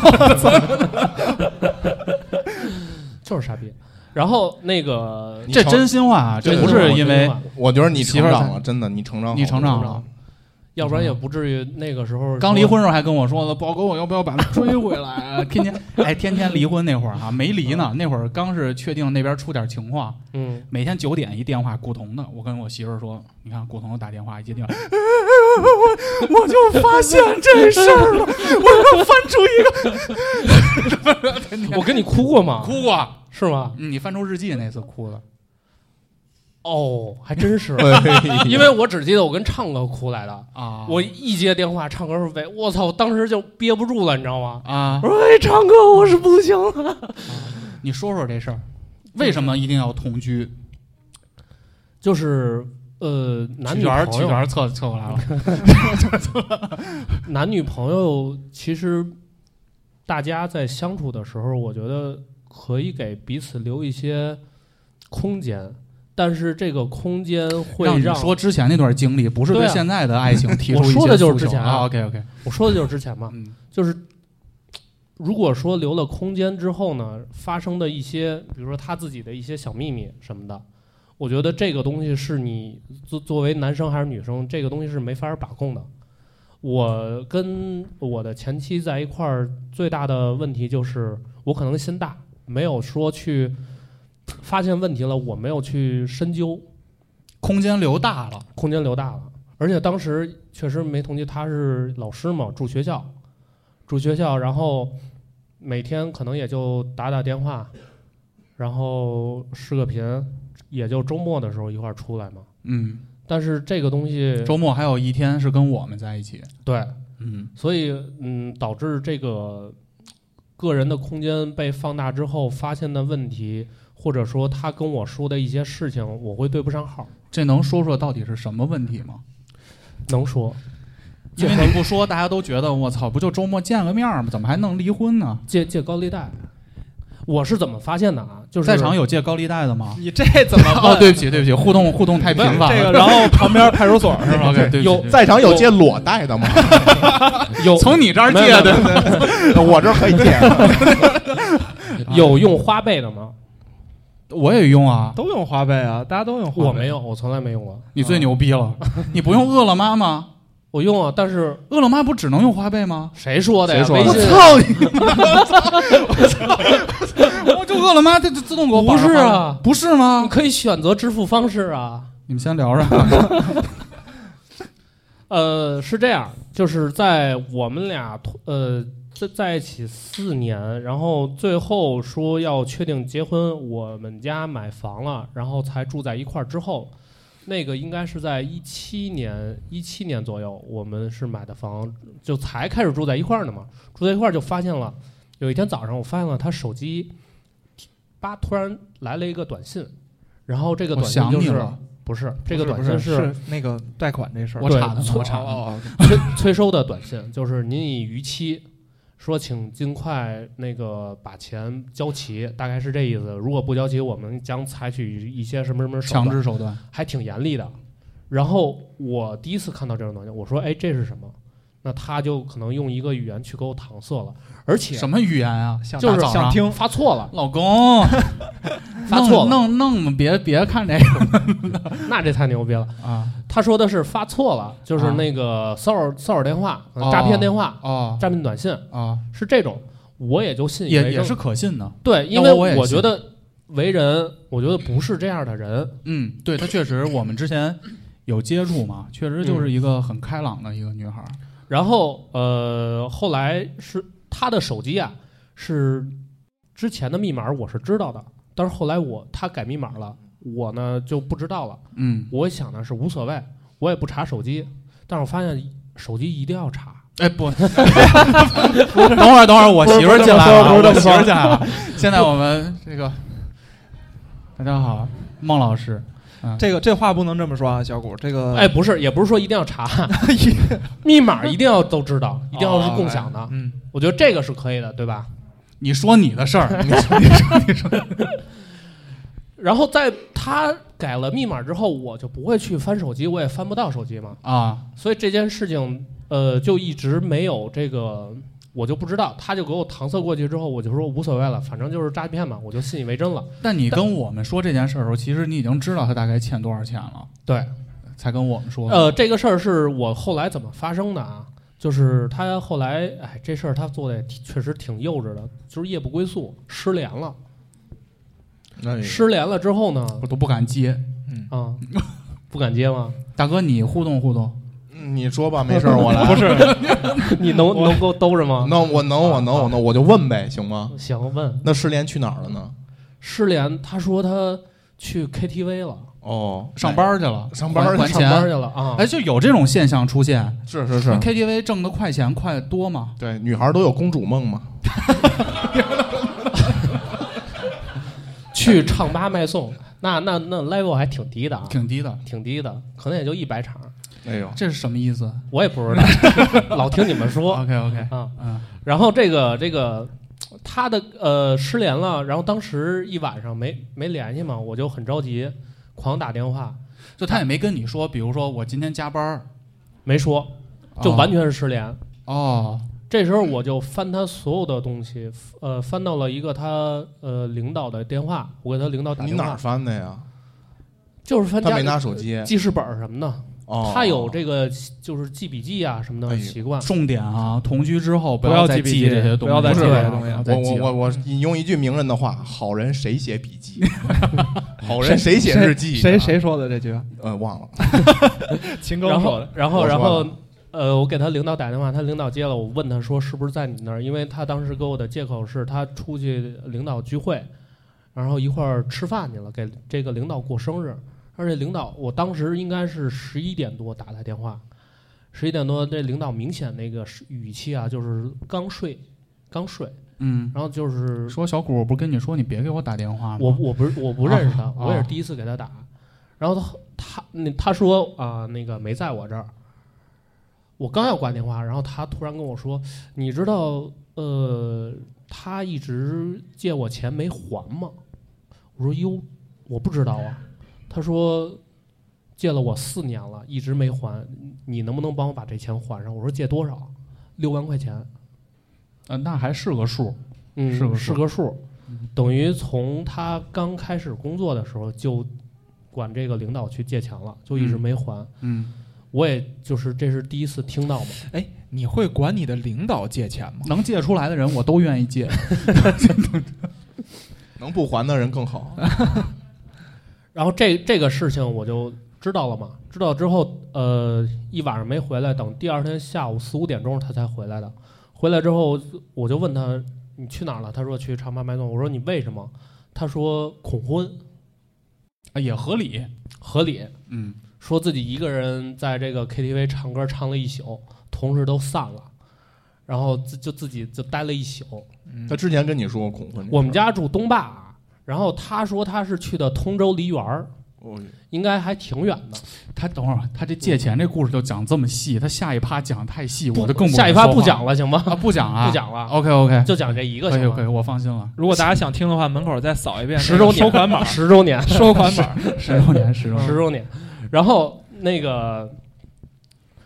就是傻逼。然后那个这真心话，这不是因为我觉得你成长了，真的，你成长了。 要不然也不至于那个时候刚离婚时候还跟我说了，宝哥，我要不要把他追回来啊？天天离婚那会儿啊，没离呢，那会儿刚是确定那边出点情况，每天9点一电话，古潼的，我跟我媳妇说，你看古潼打电话一接电话，我就发现这事儿了，我要翻出一个， 我跟你哭过吗？ 哭过是吗？ 你翻出日记那次哭了。 哦，还真是，因为我只记得我跟唱歌哭来的啊！我一接电话，唱歌是喂，我操，当时就憋不住了，你知道吗？ 啊！ 我说喂，唱歌我是不行了。 你说说这事儿，为什么一定要同居？ 就是男女朋友， 曲侧过来了。 男女朋友其实大家在相处的时候，我觉得可以给彼此留一些空间。但是这个空间会让你说之前那段经历，不是对现在的爱情提出一些我说的就是之前啊。 OK， 我说的就是之前嘛，就是如果说留了空间之后呢，发生的一些，比如说他自己的一些小秘密什么的，我觉得这个东西是你作为男生还是女生，这个东西是没法把控的。我跟我的前妻在一块儿，最大的问题就是我可能心大，没有说去。发现问题了，我没有去深究， 空间留大了， 而且当时确实没同居，他是老师嘛，住学校，然后每天可能也就打电话，然后视个频，也就周末的时候一块儿出来嘛。但是这个东西周末还有一天是跟我们在一起， 对，所以导致这个个人的空间被放大之后，发现的问题。或者说他跟我说的一些事情，我会对不上号。 这能说说到底是什么问题吗？ 能说， 因为你不说，大家都觉得我操，不就周末见个面吗？怎么还能离婚呢？ 借高利贷，我是怎么发现的啊？就是在场有借高利贷的吗？ 你这怎么哦，对不起，互动太频繁了。 这个，然后旁边派出所是吧？ 有在场有借裸贷的吗？ 有从你这儿借的， 我这儿可以借。 有用花呗的吗？ 我也用啊， 都用花呗啊，大家都用花呗。 我没有，我从来没用过。 你最牛逼了，你不用饿了么吗？ 我用啊，但是饿了么不只能用花呗吗？ 谁说的呀？ 我操你！我操！我就饿了么，它自动给我不是啊？ 不是吗？ 你可以选择支付方式啊。 你们先聊着。 是这样，就是在我们俩在一起4年，然后最后说要确定结婚，我们家买房了，然后才住在一块儿之后，那个应该是在17年左右，我们是买的房，就才开始住在一块儿呢嘛。住在一块儿就发现了，有一天早上我发现了他手机，突然来了一个短信，然后这个短信就是不是这个短信是那个贷款这事儿， 我查的催收的短信，就是您已逾期。说请尽快那个把钱交齐，大概是这意思。如果不交齐，我们将采取一些什么强制手段， 还挺严厉的。然后我第一次看到这种东西，我说：“哎，这是什么？” 那他就可能用一个语言去给我搪塞了，而且什么语言啊？ 就是想听发错了， 老公发错了， 弄别看这个， 那这太牛逼了啊！他说的是发错了，就是那个骚扰电话、诈骗电话、诈骗短信是这种，我也就信以为真， 也是可信的。 对，因为我觉得为人，我觉得不是这样的人。 对，他确实，我们之前有接触嘛，确实就是一个很开朗的一个女孩。 然后后来是他的手机啊，是之前的密码我是知道的，但是后来他改密码了，我呢就不知道了。我想的是无所谓，我也不查手机，但是我发现手机一定要查。 哎不，等会儿，我媳妇儿进来了，我媳妇儿进来了。现在我们这个，大家好，孟老师。 这话不能这么说啊，小谷。这个不是，也不是说一定要查，密码一定要都知道，一定要是共享的。我觉得这个是可以的，对吧？ 你说你的事儿，你说。 然后在他改了密码之后，我就不会去翻手机，我也翻不到手机嘛。所以这件事情就一直没有这个。我就不知道，他就给我搪塞过去之后，我就说无所谓了，反正就是诈骗嘛，我就信以为真了。 但你跟我们说这件事的时候，其实你已经知道他大概欠多少钱了， 对， 才跟我们说。 这个事儿是我后来怎么发生的啊？就是他后来，这事儿他做的也确实挺幼稚的，就是夜不归宿，失联了。失联了之后呢， 我都不敢接， 不敢接吗？ 大哥，你互动互动。 你说吧，没事儿，我来。 不是，你能给我兜着吗？ 我能，我就问呗，行吗？ 行，问。 那失联去哪儿了呢？ 失联，他说他去 KTV 了。 上班去了， 上班还钱去了啊！ 就有这种现象出现。 是 KTV 挣的快钱快多嘛？ 对，女孩都有公主梦嘛。 去唱吧卖送，那 level 还挺低的啊， 挺低的， 可能也就100场。 哎呦， 这是什么意思？ 我也不知道，老听你们说。 OK 然后这个他的失联了，然后当时一晚上没联系嘛，我就很着急，狂打电话。 就他也没跟你说，比如说我今天加班， 没说，就完全是失联。这时候我就翻他所有的东西，翻到了一个他领导的电话，我给他领导打电话。 你哪儿翻的呀？ 就是翻他没拿手机， 记事本什么的。他有这个就是记笔记啊什么的习惯。 重点啊，同居之后不要再记这些东西， 不要再记这些东西。 我引用一句名人的话：好人谁写笔记？好人谁写日记？ 谁说的这句？ 忘了。 秦庚说的。 然后我给他领导打电话，他领导接了，我问他说是不是在你那儿？因为他当时给我的借口是他出去领导聚会，然后一块儿吃饭去了，给这个领导过生日。而且领导，我当时应该是11点多打他电话，11点多，这领导明显那个语气啊，就是刚睡，然后就是说小谷，我不是跟你说你别给我打电话吗？ 我不认识他，我也是第一次给他打，然后他说那个没在我这儿，我刚要挂电话，然后他突然跟我说，你知道他一直借我钱没还吗？我说哟，我不知道啊。他说借了我4年了，一直没还，你能不能帮我把这钱还上？我说借多少？6万块钱。 那还是个数， 是个数，等于从他刚开始工作的时候就管这个领导去借钱了，就一直没还。我也就是这是第一次听到嘛。 哎，你会管你的领导借钱吗？ 能借出来的人我都愿意借， 能不还的人更好。 然后这个事情我就知道了嘛，知道之后一晚上没回来，等第二天下午4、5点钟他才回来的。回来之后我就问他你去哪儿了？他说去长巴麦动。我说你为什么？他说恐婚。 也合理， 说自己一个人在这个 KTV 唱歌唱了一宿，同事都散了，然后就自己就待了一宿。 他之前跟你说过恐婚？ 我们家住东坝。然后他说他是去的通州梨园，应该还挺远的。 他等会儿，他这借钱这故事就讲这么细，他下一趴讲太细，我就更不下一趴不讲了，行吗？ 不讲啊， 不讲了。 OK， 就讲这一个行吗？ 可以，我放心了。 如果大家想听的话，门口再扫一遍 10周年收款码 ，10周年收款码 ，10周年。 然后那个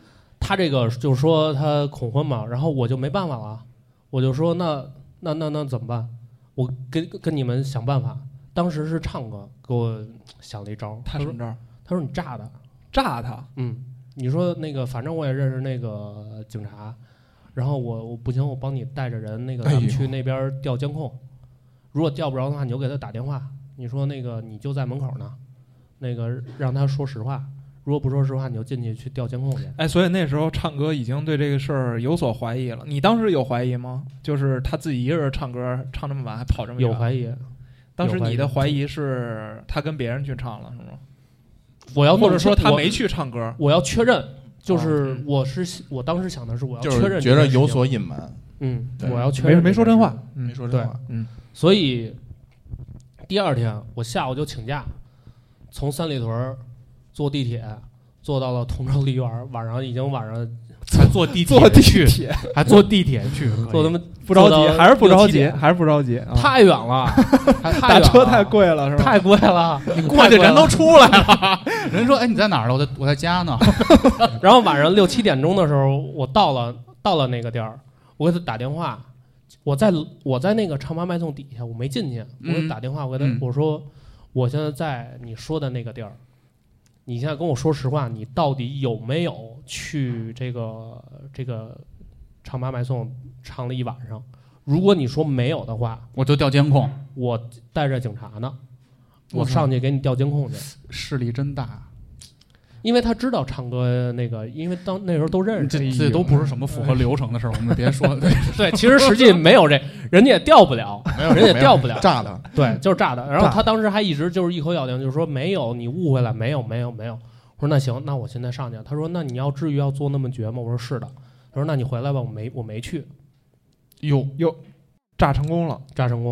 他这个就是说他恐婚嘛，然后我就没办法了，我就说那怎么办？我跟你们想办法。当时是唱歌给我想了一招， 他什么招？ 他说你炸他， 炸他。 你说那个反正我也认识那个警察，然后我不行，我帮你带着人那个咱们去那边调监控，如果调不着的话，你就给他打电话，你说那个你就在门口呢，那个让他说实话。如果不说实话，你就进去调监控去。 哎，所以那时候唱歌已经对这个事儿有所怀疑了。你当时有怀疑吗？就是他自己一个人唱歌唱这么晚，还跑这么远。 有怀疑。 当时你的怀疑是他跟别人去唱了，是吗？ 或者说他没去唱歌。 我要确认，就是我当时想的是我要确认， 就是觉得有所隐瞒。 我要确认没说真话， 没说真话。 所以第二天我下午就请假，从三里屯坐地铁坐到了通州梨园，晚上才坐地铁去，还坐地铁去， 坐他妈不着急，还是不着急，还是不着急， 太远了， 打车太贵了，是吧？ 太贵了， 你过去人都出来了，人说哎你在哪儿呢？我在家呢。 然后晚上6、7点钟的时候，我到了那个地儿，我给他打电话，我在那个唱吧卖送底下，我没进去，我给他打电话，我说我现在在你说的那个地儿。你现在跟我说实话，你到底有没有去这个唱吧卖送唱了一晚上？如果你说没有的话， 我就调监控， 我带着警察呢，我上去给你调监控去。 势力真大， 因为他知道唱歌那个，因为那时候都认识， 这都不是什么符合流程的事儿，我们别说。 对，其实实际没有这，人家也调不了，人家也调不了， 炸的， 对，就是炸的。然后他当时还一直就是一口咬定，就是说没有，你误会了，没有。我说那行，那我现在上去。他说那你至于要做那么绝吗？我说是的。他说那你回来吧，我没去。 哟，炸成功了。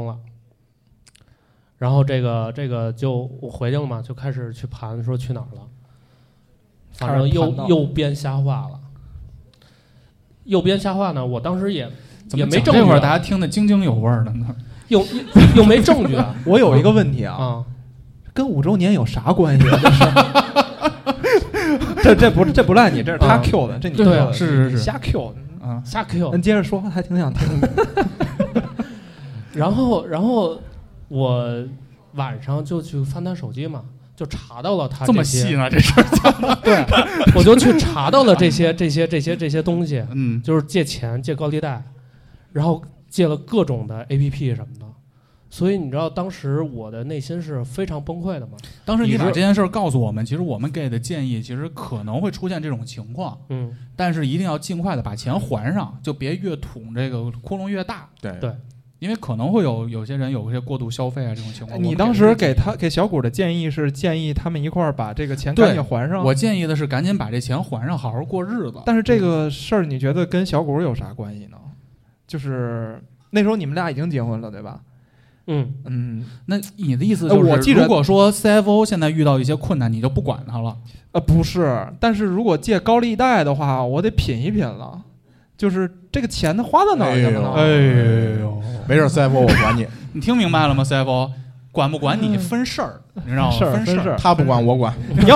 然后这个就我回去了嘛，就开始去盘，说去哪儿了。反正又编瞎话了，又编瞎话呢。我当时也没证据， 这会儿大家听得津津有味的呢， 又没证据啊。 我有一个问题啊，跟5周年有啥关系啊？这不赖你，这是他 Q 的，这你对啊， 是瞎 Q 啊， 瞎 Q。 您接着说，还挺想听的。 然后我晚上就去翻他手机嘛。就查到了他这么细呢，这事儿。 对，我就去查到了这些东西，就是借钱、借高利贷，然后借了各种的 APP 什么的，所以你知道当时我的内心是非常崩溃的吗？ 当时你把这件事告诉我们，其实我们给的建议，其实可能会出现这种情况，但是一定要尽快的把钱还上，就别越捅这个窟窿越大。 对。 因为可能会有些人有些过度消费啊这种情况。 你当时给小谷的建议是建议他们一块儿把这个钱赶紧还上。 我建议的是赶紧把这钱还上，好好过日子。 但是这个事儿你觉得跟小谷有啥关系呢？就是那时候你们俩已经结婚了，对吧？ 那你的意思就是， 我记得如果说 CFO 现在遇到一些困难，你就不管他了？ 不是，但是如果借高利贷的话，我得品一品了。就是这个钱他花到哪儿去了呢？ 哎呦， 没事 CFO 我管你。 你听明白了吗 CFO？ 管不管你分事儿，你知道吗？ 分事儿， 他不管我管。 你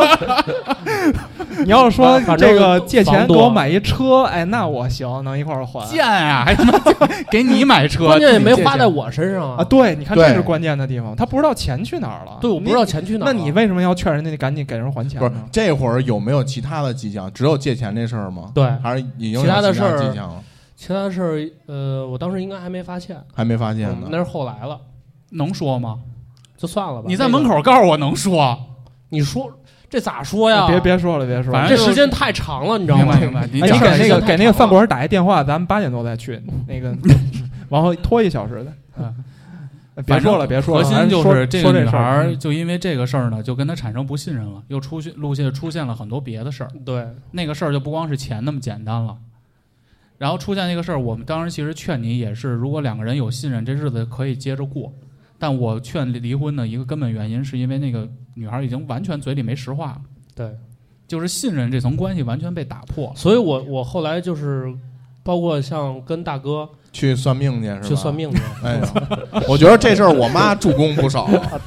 要是说这个借钱给我买一车，哎，那我行，能一块儿还。 贱啊，还他妈给你买车， 关键也没花在我身上啊！ 对，你看这是关键的地方，他不知道钱去哪儿了。 对，我不知道钱去哪儿了。 那你为什么要劝人家赶紧给人还钱呢？ 不是，这会儿有没有其他的迹象？只有借钱这事儿吗？ 对， 还是已经有其他的事儿迹象了？ 其他的事儿，我当时应该还没发现， 还没发现呢。 那是后来了， 能说吗？ 就算了吧。 你在门口告诉我能说， 你说这咋说呀？ 别说了，别说了， 反正这时间太长了，你知道吗？ 你给那个饭馆打一电话，咱们8点多再去，那个往后拖1小时的。别说了，别说了。 核心就是这个女孩就因为这个事儿呢，就跟他产生不信任了，又出现了很多别的事儿。 对， 那个事儿就不光是钱那么简单了。然后出现那个事儿，我们当时其实劝你也是，如果两个人有信任，这日子可以接着过。但我劝离婚的一个根本原因，是因为那个女孩已经完全嘴里没实话了。 对， 就是信任这层关系完全被打破。 所以我后来就是，包括像跟大哥去算命去，是吧？ 去算命去。 哎呀，我觉得这事儿我妈助攻不少。 对，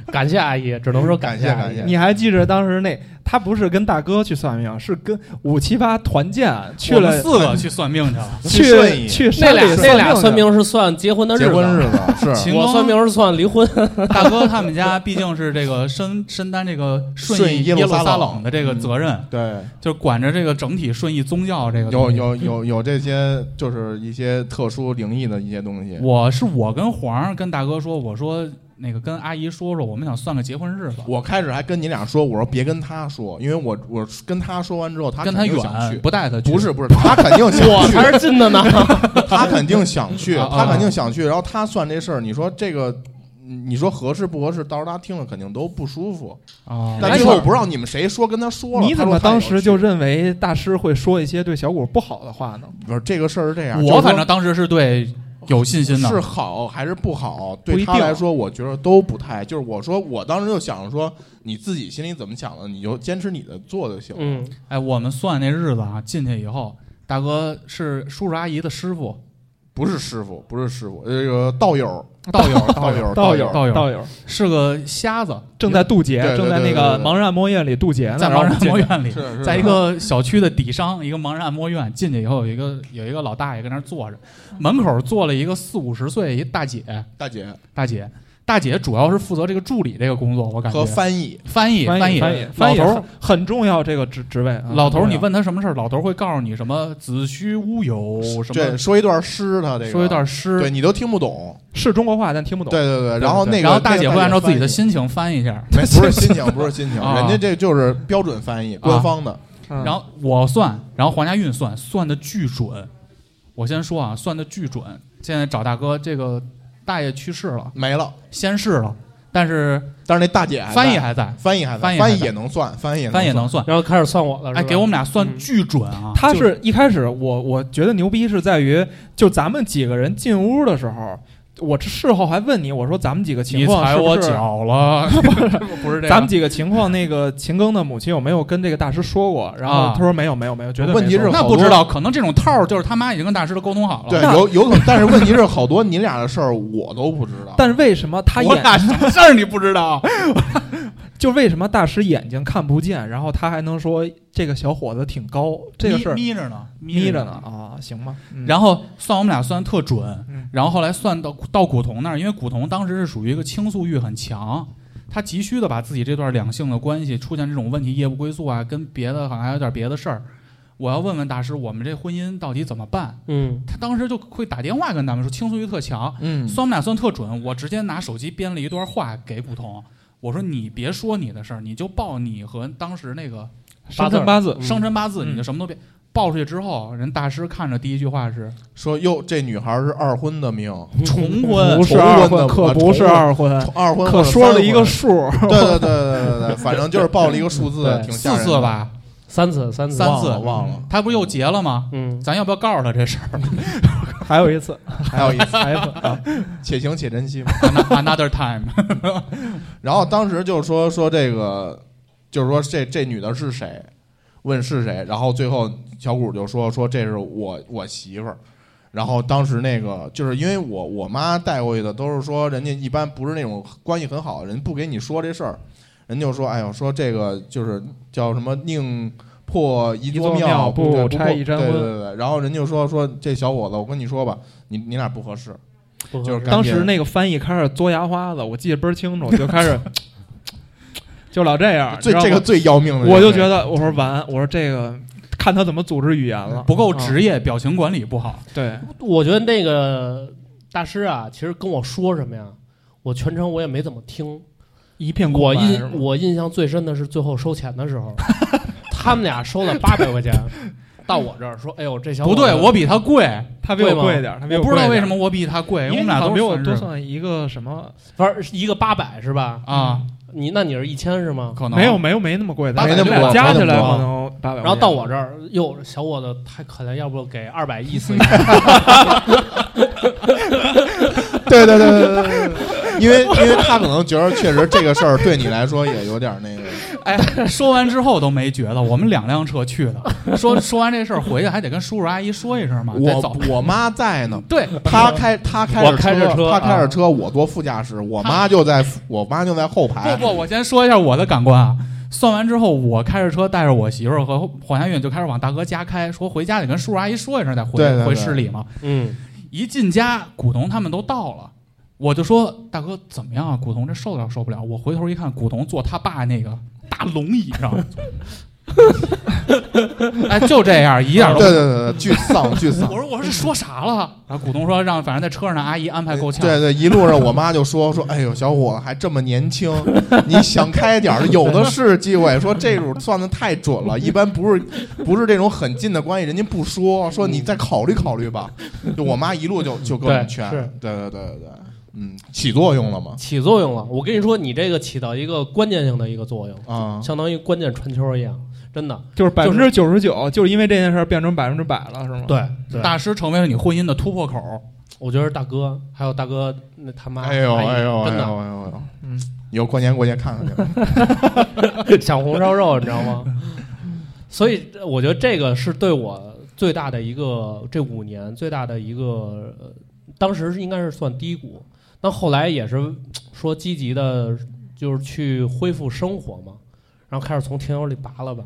感谢阿姨，只能说感谢阿姨。 你还记着当时他不是跟大哥去算命，是跟578团建去了 4个去算命去了， 去那俩算命是算结婚的日子， 结婚日子是我算命是算离婚。 大哥他们家毕竟是这个身担这个顺义耶路撒冷的这个责任， 对， 就是管着这个整体顺义宗教这个有这些就是一些特殊灵异的一些东西。 我跟黄跟大哥说，我说那个跟阿姨说，我们想算个结婚日子。 我开始还跟你俩说，我说别跟他说，因为我跟他说完之后，他跟他远不带他去。 不是，他肯定想去。 我才是近的呢。 他肯定想去，他肯定想去。然后他算这事儿，你说这个，你说合适不合适？到时候他听了肯定都不舒服啊。但是我不知道你们谁说跟他说了， 你怎么当时就认为大师会说一些对小谷不好的话呢？ 不是这个事儿是这样， 我反正当时是对。有信心的是好还是不好？对他来说，我觉得都不太。就是我说，我当时就想着说，你自己心里怎么想的，你就坚持你的做就行了。 哎，我们算那日子啊，进去以后，大哥是叔叔阿姨的师傅， 不是师傅，这个道友是个瞎子， 正在渡劫，正在那个盲人按摩院里渡劫呢。 在盲人按摩院里，在一个小区的底商，一个盲人按摩院进去以后，有一个老大爷跟那儿坐着，门口坐了一个40-50岁一大姐。大姐主要是负责这个助理这个工作，我感觉和翻译， 老头很重要这个职位。 老头你问他什么事儿，老头会告诉你什么子虚乌有什么， 对，说一段诗， 说一段诗， 对你都听不懂， 是中国话但听不懂。 对，然后大姐会按照自己的心情翻一下， 不是心情，人家这就是标准翻译，官方的。 然后我算，然后黄家运算的巨准。我先说啊，算的巨准。现在找大哥这个。大爷去世了， 没了， 先逝了，但是那大姐翻译还在， 翻译也能算，翻译也能算， 然后开始算我了， 哎，给我们俩算巨准啊！ 他是一开始我觉得牛逼是在于，就咱们几个人进屋的时候。我事后还问你，我说咱们几个情况是不是你踩我脚了？不是这样， 咱们几个情况，那个秦庚的母亲有没有跟这个大师说过？然后他说没有，绝对问题是那不知道，可能这种套就是他妈已经跟大师都沟通好了。 对，有可能，但是问题是好多你俩的事儿我都不知道。 但是为什么他我俩什么事儿你不知道？ 就为什么大师眼睛看不见，然后他还能说这个小伙子挺高，这个事儿眯着呢啊，行吧。 然后算我们俩算特准，然后后来算到古潼那儿，因为古潼当时是属于一个倾诉欲很强，他急需的把自己这段两性的关系出现这种问题，夜不归宿啊，跟别的好像还有点别的事儿，我要问问大师，我们这婚姻到底怎么办？他当时就会打电话跟他们说，倾诉欲特强，算我们俩算特准，我直接拿手机编了一段话给古潼。我说你别说你的事儿，你就报你和当时那个生辰八字， 你就什么都别报出去之后，人大师看着第一句话是说：“哟，这女孩是二婚的命， 重婚不是二婚，可不是二婚，可说了一个数。 对，反正就是报了一个数字，挺吓人的。4 次吧 ，3次， 忘了。 他不又结了吗？咱要不要告诉他这事儿？ 还有一次， 且行且珍惜嘛。 Another time 。 然后当时就说这个，就是说这女的是谁？问是谁？然后最后小谷就说这是我媳妇儿。然后当时那个就是因为我妈带过去的，都是说人家一般不是那种关系很好的人，不给你说这事儿，人就说哎呦，说这个就是叫什么宁破一座庙不拆一山婚，对。然后人就说这小伙子，我跟你说吧，你俩不合适。就是当时那个翻译开始嘬牙花子，我记得倍儿清楚，就开始就老这样。 这个最要命的， 我就觉得我说这个看他怎么组织语言了， 不够职业，表情管理不好。 对， 我觉得那个大师啊，其实跟我说什么呀，我全程我也没怎么听， 一片空白。 我印象最深的是最后收钱的时候。他们俩收了800块钱，到我这儿说：“哎呦，这小伙子不对，我比他贵， 他比我贵点， 我不知道为什么我比他贵，因为我们俩都比我多算一个什么， 反正一个800是吧？ 啊， 你是1000是吗？ 可能没那么贵的， 没那么贵， 加起来可能800。 然后到我这儿，哟，小伙子太可怜，要不给200意思？ 对。 因为他可能觉得确实这个事儿对你来说也有点那个。 哎，说完之后都没觉得，我们2辆车去的。说完这事儿回去还得跟叔叔阿姨说一声嘛。 我妈在呢， 对， 他开着车，我坐副驾驶，我妈就在后排。 不，我先说一下我的感官啊。算完之后，我开着车带着我媳妇儿和黄家韵就开始往大哥家开，说回家得跟叔叔阿姨说一声再回市里嘛。一进家，古潼他们都到了。我就说大哥怎么样啊？古潼这受不了？我回头一看，古潼坐他爸那个大龙椅上，哎，就这样一样。 对，巨丧。 我说这说啥了？然后古潼说让反正在车上的阿姨安排够呛。 对，一路上我妈就说，哎呦，小伙子还这么年轻，你想开点有的是机会。说这种算的太准了，一般不是这种很近的关系，人家不说你再考虑吧。就我妈一路就跟我们劝，对。起作用了吗？ 起作用了。我跟你说，你这个起到一个关键性的一个作用啊， 相当于关键传球一样，真的就是99%，就是因为这件事变成100%了，是吗？ 对， 大师成为了你婚姻的突破口。 我觉得大哥还有大哥那他妈， 哎呦， 真的， 以后过年看看去， 抢红烧肉，你知道吗？所以我觉得这个是对我最大的一个这5年最大的一个，当时应该是算低谷。但后来也是说积极的，就是去恢复生活嘛，然后开始从听友里拔了吧，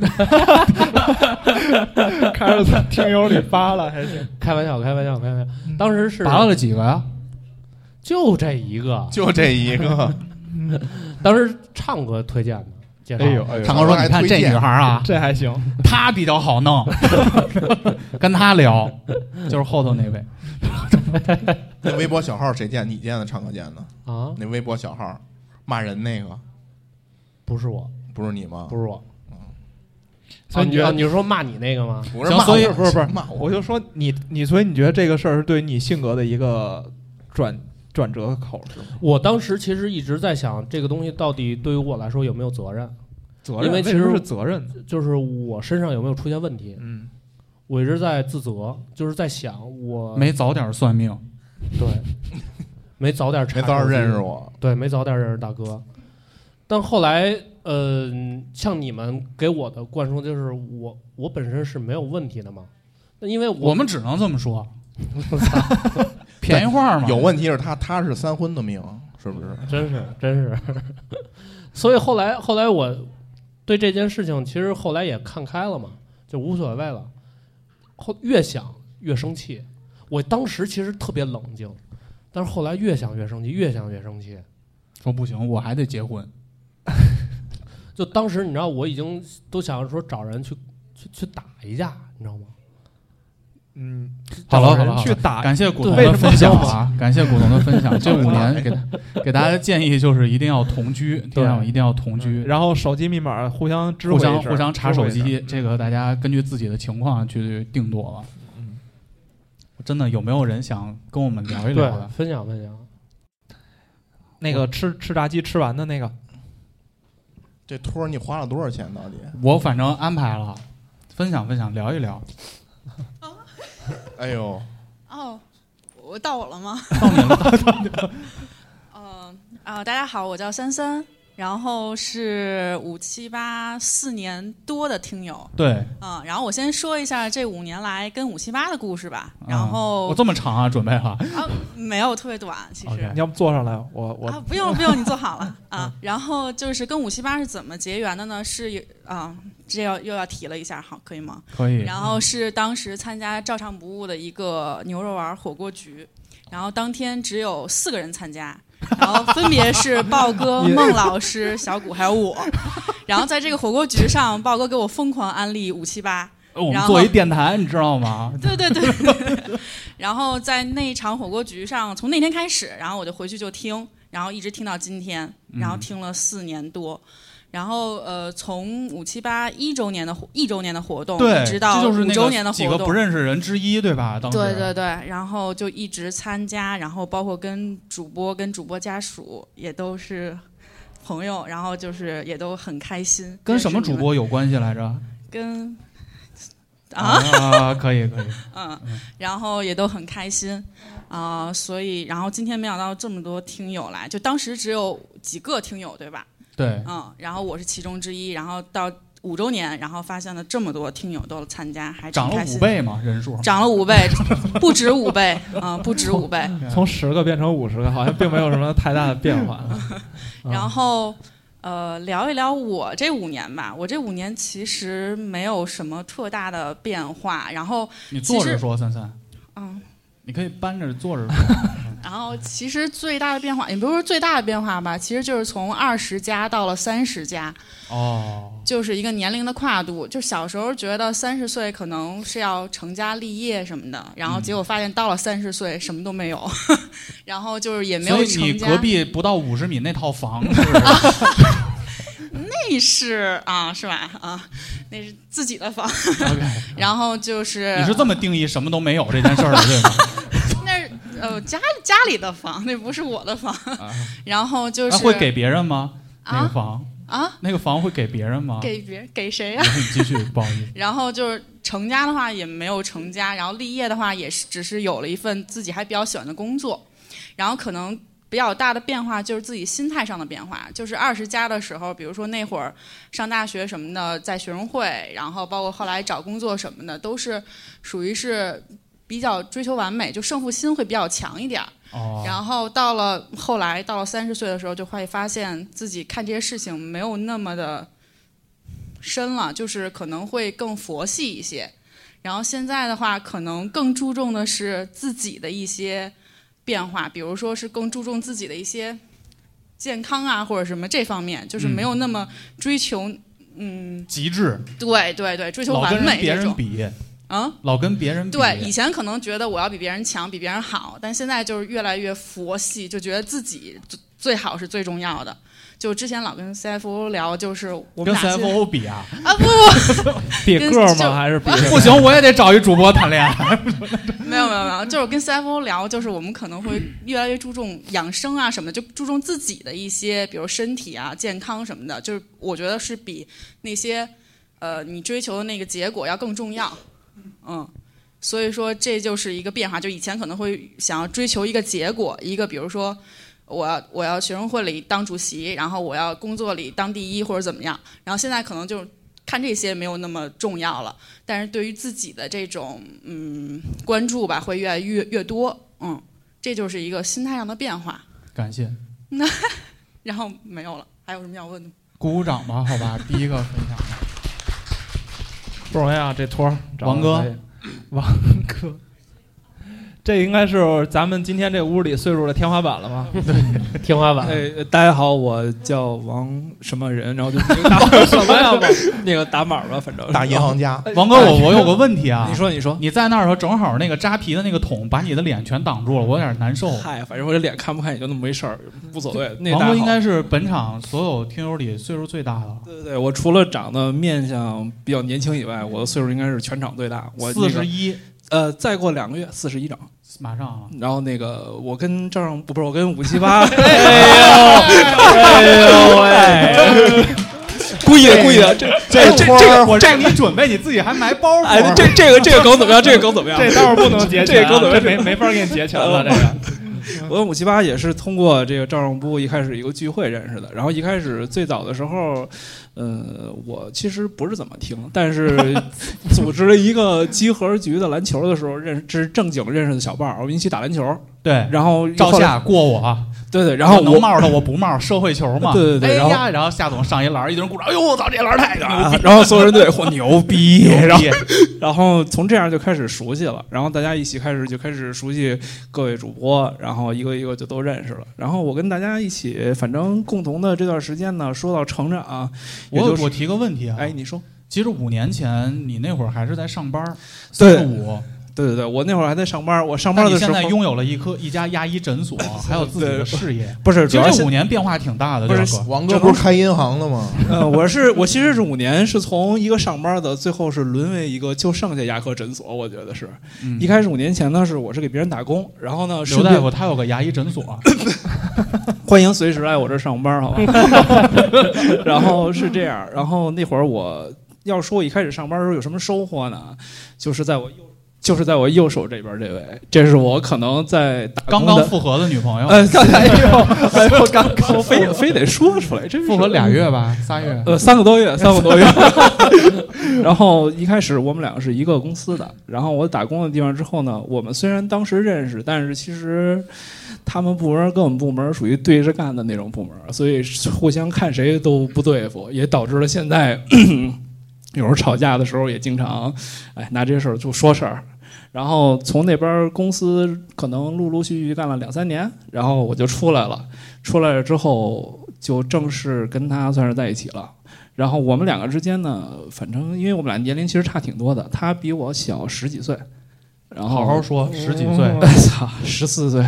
开始从听友里拔了，还是开玩笑。当时是拔了几个呀？ 就这一个。当时唱歌推荐的，介绍。 哎呦， 唱歌说你看这女孩啊， 这还行， 她比较好弄，跟她聊，就是后头那位。 那微博小号谁建？你建的，唱歌建的啊？ 那微博小号骂人那个， 不是我， 不是你吗？ 不是我。所以你是说骂你那个吗？ 不是，所以不是骂我就说你，所以你觉得这个事儿是对你性格的一个转折口是吗？ 我当时其实一直在想，这个东西到底对于我来说有没有责任？ 因为其实是责任， 就是我身上有没有出现问题？我一直在自责，就是在想我没早点算命， 对，没早点认识我， 对，没早点认识大哥。但后来，像你们给我的灌输就是我本身是没有问题的嘛，因为我们只能这么说，便宜话嘛。 有问题是他是3婚的命，是不是？ 真是。所以后来我对这件事情其实后来也看开了嘛，就无所谓了。越想越生气，我当时其实特别冷静，但是后来越想越生气， 说不行，我还得结婚。 就当时你知道，我已经都想说找人去打一架，你知道吗？ 好了， 去打。 感谢古潼的分享啊！感谢古潼的分享。这5年给大家的建议就是一定要同居，一定要同居， 然后手机密码互相查手机，这个大家根据自己的情况去定夺了。真的有没有人想跟我们聊一聊的？ 分享。 那个吃炸鸡吃完的那个， 这托你花了多少钱到底？ 我反正安排了，分享聊一聊。 哎呦！ 我到我了吗？ 到你了。 大家好，我叫33，然后是578 4年多的听友。 对。 然后我先说一下这5年来跟578的故事吧。然后我这么长啊，准备了。 没有特别短，其实。 你要不坐上来，我不用，你坐好了啊。然后就是跟578是怎么结缘的呢？是这又要提了一下，好，可以吗？ 可以。 然后是当时参加照常不误的一个牛肉丸火锅局，然后当天只有4个人参加，然后分别是豹哥、孟老师、小谷还有我。然后在这个火锅局上，豹哥给我疯狂安利578。 我们做一电台，你知道吗？ 对。然后在那场火锅局上，从那天开始，然后我就回去就听，然后一直听到今天，然后听了4年多。然后从5781周年的活动， 对， 一直到5周年的活动， 几个不认识人之一，对吧？当时对，然后就一直参加，然后包括跟主播家属也都是朋友，然后就是也都很开心。 跟什么主播有关系来着？ 跟可以， 然后也都很开心所以然后今天没想到这么多听友来，就当时只有几个听友对吧？ 对， 然后我是其中之一，然后到5周年，然后发现了这么多听友都参加，还涨了5倍嘛，人数涨了5倍，不止5倍不止5倍， 从10个变成50个，好像并没有什么太大的变化。 然后聊一聊我这5年吧，我这5年其实没有什么特大的变化，然后你坐着说，三三，你可以搬着坐着说。 然后其实最大的变化，也不是说最大的变化吧，其实就是从20加到了30加，就是一个年龄的跨度。就小时候觉得30岁可能是要成家立业什么的，然后结果发现到了30岁什么都没有，然后就是也没有成家。 所以你隔壁不到50米那套房是那是是吧？那是自己的房。Okay. 然后就是你是这么定义什么都没有这件事儿的，对吗？ 家里的房，那不是我的房。然后就是会给别人吗？那个房那个房会给别人吗？ 给谁呀？ 你继续，不好意思。 然后就是成家的话也没有成家，然后立业的话也是只是有了一份自己还比较喜欢的工作，然后可能比较大的变化就是自己心态上的变化。就是20加的时候，比如说那会儿上大学什么的，在学生会，然后包括后来找工作什么的，都是属于是比较追求完美，就胜负心会比较强一点。然后后来到了30岁的时候，就会发现自己看这些事情没有那么的深了，就是可能会更佛系一些。然后现在的话，可能更注重的是自己的一些变化，比如说是更注重自己的一些健康或者什么这方面，就是没有那么追求极致。 对，追求完美这种。 老跟别人比。老跟别人比。 对，以前可能觉得我要比别人强，比别人好，但现在就是越来越佛系，就觉得自己最好是最重要的。就之前老跟 CFO 聊，就是我们俩跟 CFO 比不比个吗？还是比不行，我也得找一主播谈恋爱。 没有，就是跟 CFO 聊，就是我们可能会越来越注重养生什么的，就注重自己的一些，比如身体健康什么的，就是我觉得是比那些你追求的那个结果要更重要。所以说这就是一个变化。就以前可能会想要追求一个结果，一个比如说我要学生会里当主席，然后我要工作里当第一或者怎么样，然后现在可能就看这些没有那么重要了，但是对于自己的这种关注吧会越来越多。这就是一个心态上的变化。 感谢。 然后没有了，还有什么要问的？ 鼓掌吧，好吧。第一个分享不容易啊，这托王哥， 这应该是咱们今天这屋里岁数的天花板了吗？ 对，天花板。 大家好，我叫王什么人，然后就打什么呀？那个打码吧，反正大银行家。 王哥，我有个问题啊， 你说， 你在那儿的时候，正好那个扎皮的那个桶把你的脸全挡住了，我有点难受。 嗨，反正我这脸看不看也就那么回事儿，无所谓。 王哥应该是本场所有听友里岁数最大的。 对，我除了长得面相比较年轻以外，我的岁数应该是全场最大。我 41。 再过2个月41整， 马上啊。 然后那个我跟赵尚不是我跟578， 哎呦喂， 故意的，这我让你准备，你自己还埋包袱。 哎，这个梗怎么样？这个梗怎么样？ 这待会儿不能截这个梗怎么样？没法给你截全了。这个， 我跟578也是通过这个赵尚波一开始一个聚会认识的。然后一开始最早的时候，我其实不是怎么听，但是组织了一个集合局的篮球的时候，正经认识的小伴儿，我们一起打篮球。 对， 然后赵夏过我。 对，然后能帽的我不帽，社会球嘛。 对， 然后夏总上一篮，一堆人鼓掌，哎呦我操，这篮太牛逼！ 然后所有人都得嚯牛逼，然后从这样就开始熟悉了，然后大家一起开始熟悉各位主播，然后一个一个就都认识了。然后我跟大家一起，反正共同的这段时间呢，说到成长， 我提个问题啊， 哎，你说， 其实5年前你那会儿还是在上班 ，365。对，我那会儿还在上班。我上班的时候， 现在拥有了一家牙医诊所，还有自己的事业。 不是，主要这5年变化挺大的。 不是，王哥不是开银行的吗？ 我其实是5年是从一个上班的，最后是沦为一个就剩下牙科诊所。我觉得是，一开始5年前呢，我是给别人打工，然后呢， 刘大夫他有个牙医诊所， 欢迎随时来我这上班，好吧？然后是这样，然后那会儿我要说我一开始上班的时候有什么收获呢？就是在我右手这边这位，这是我可能在刚刚复合的女朋友。 刚非得说出来，这复合2月吧，3月 ，3个多月。然后一开始我们两个是一个公司的，然后我打工的地方之后呢，我们虽然当时认识，但是其实他们部门跟我们部门属于对着干的那种部门，所以互相看谁都不对付，也导致了现在有时候吵架的时候也经常拿这些事儿就说事儿。然后从那边公司可能陆陆续续干了2-3年，然后我就出来了。出来了之后就正式跟他算是在一起了。然后我们两个之间呢，反正因为我们俩年龄其实差挺多的，他比我小10几岁。然后好好说，10几岁， 操，14岁，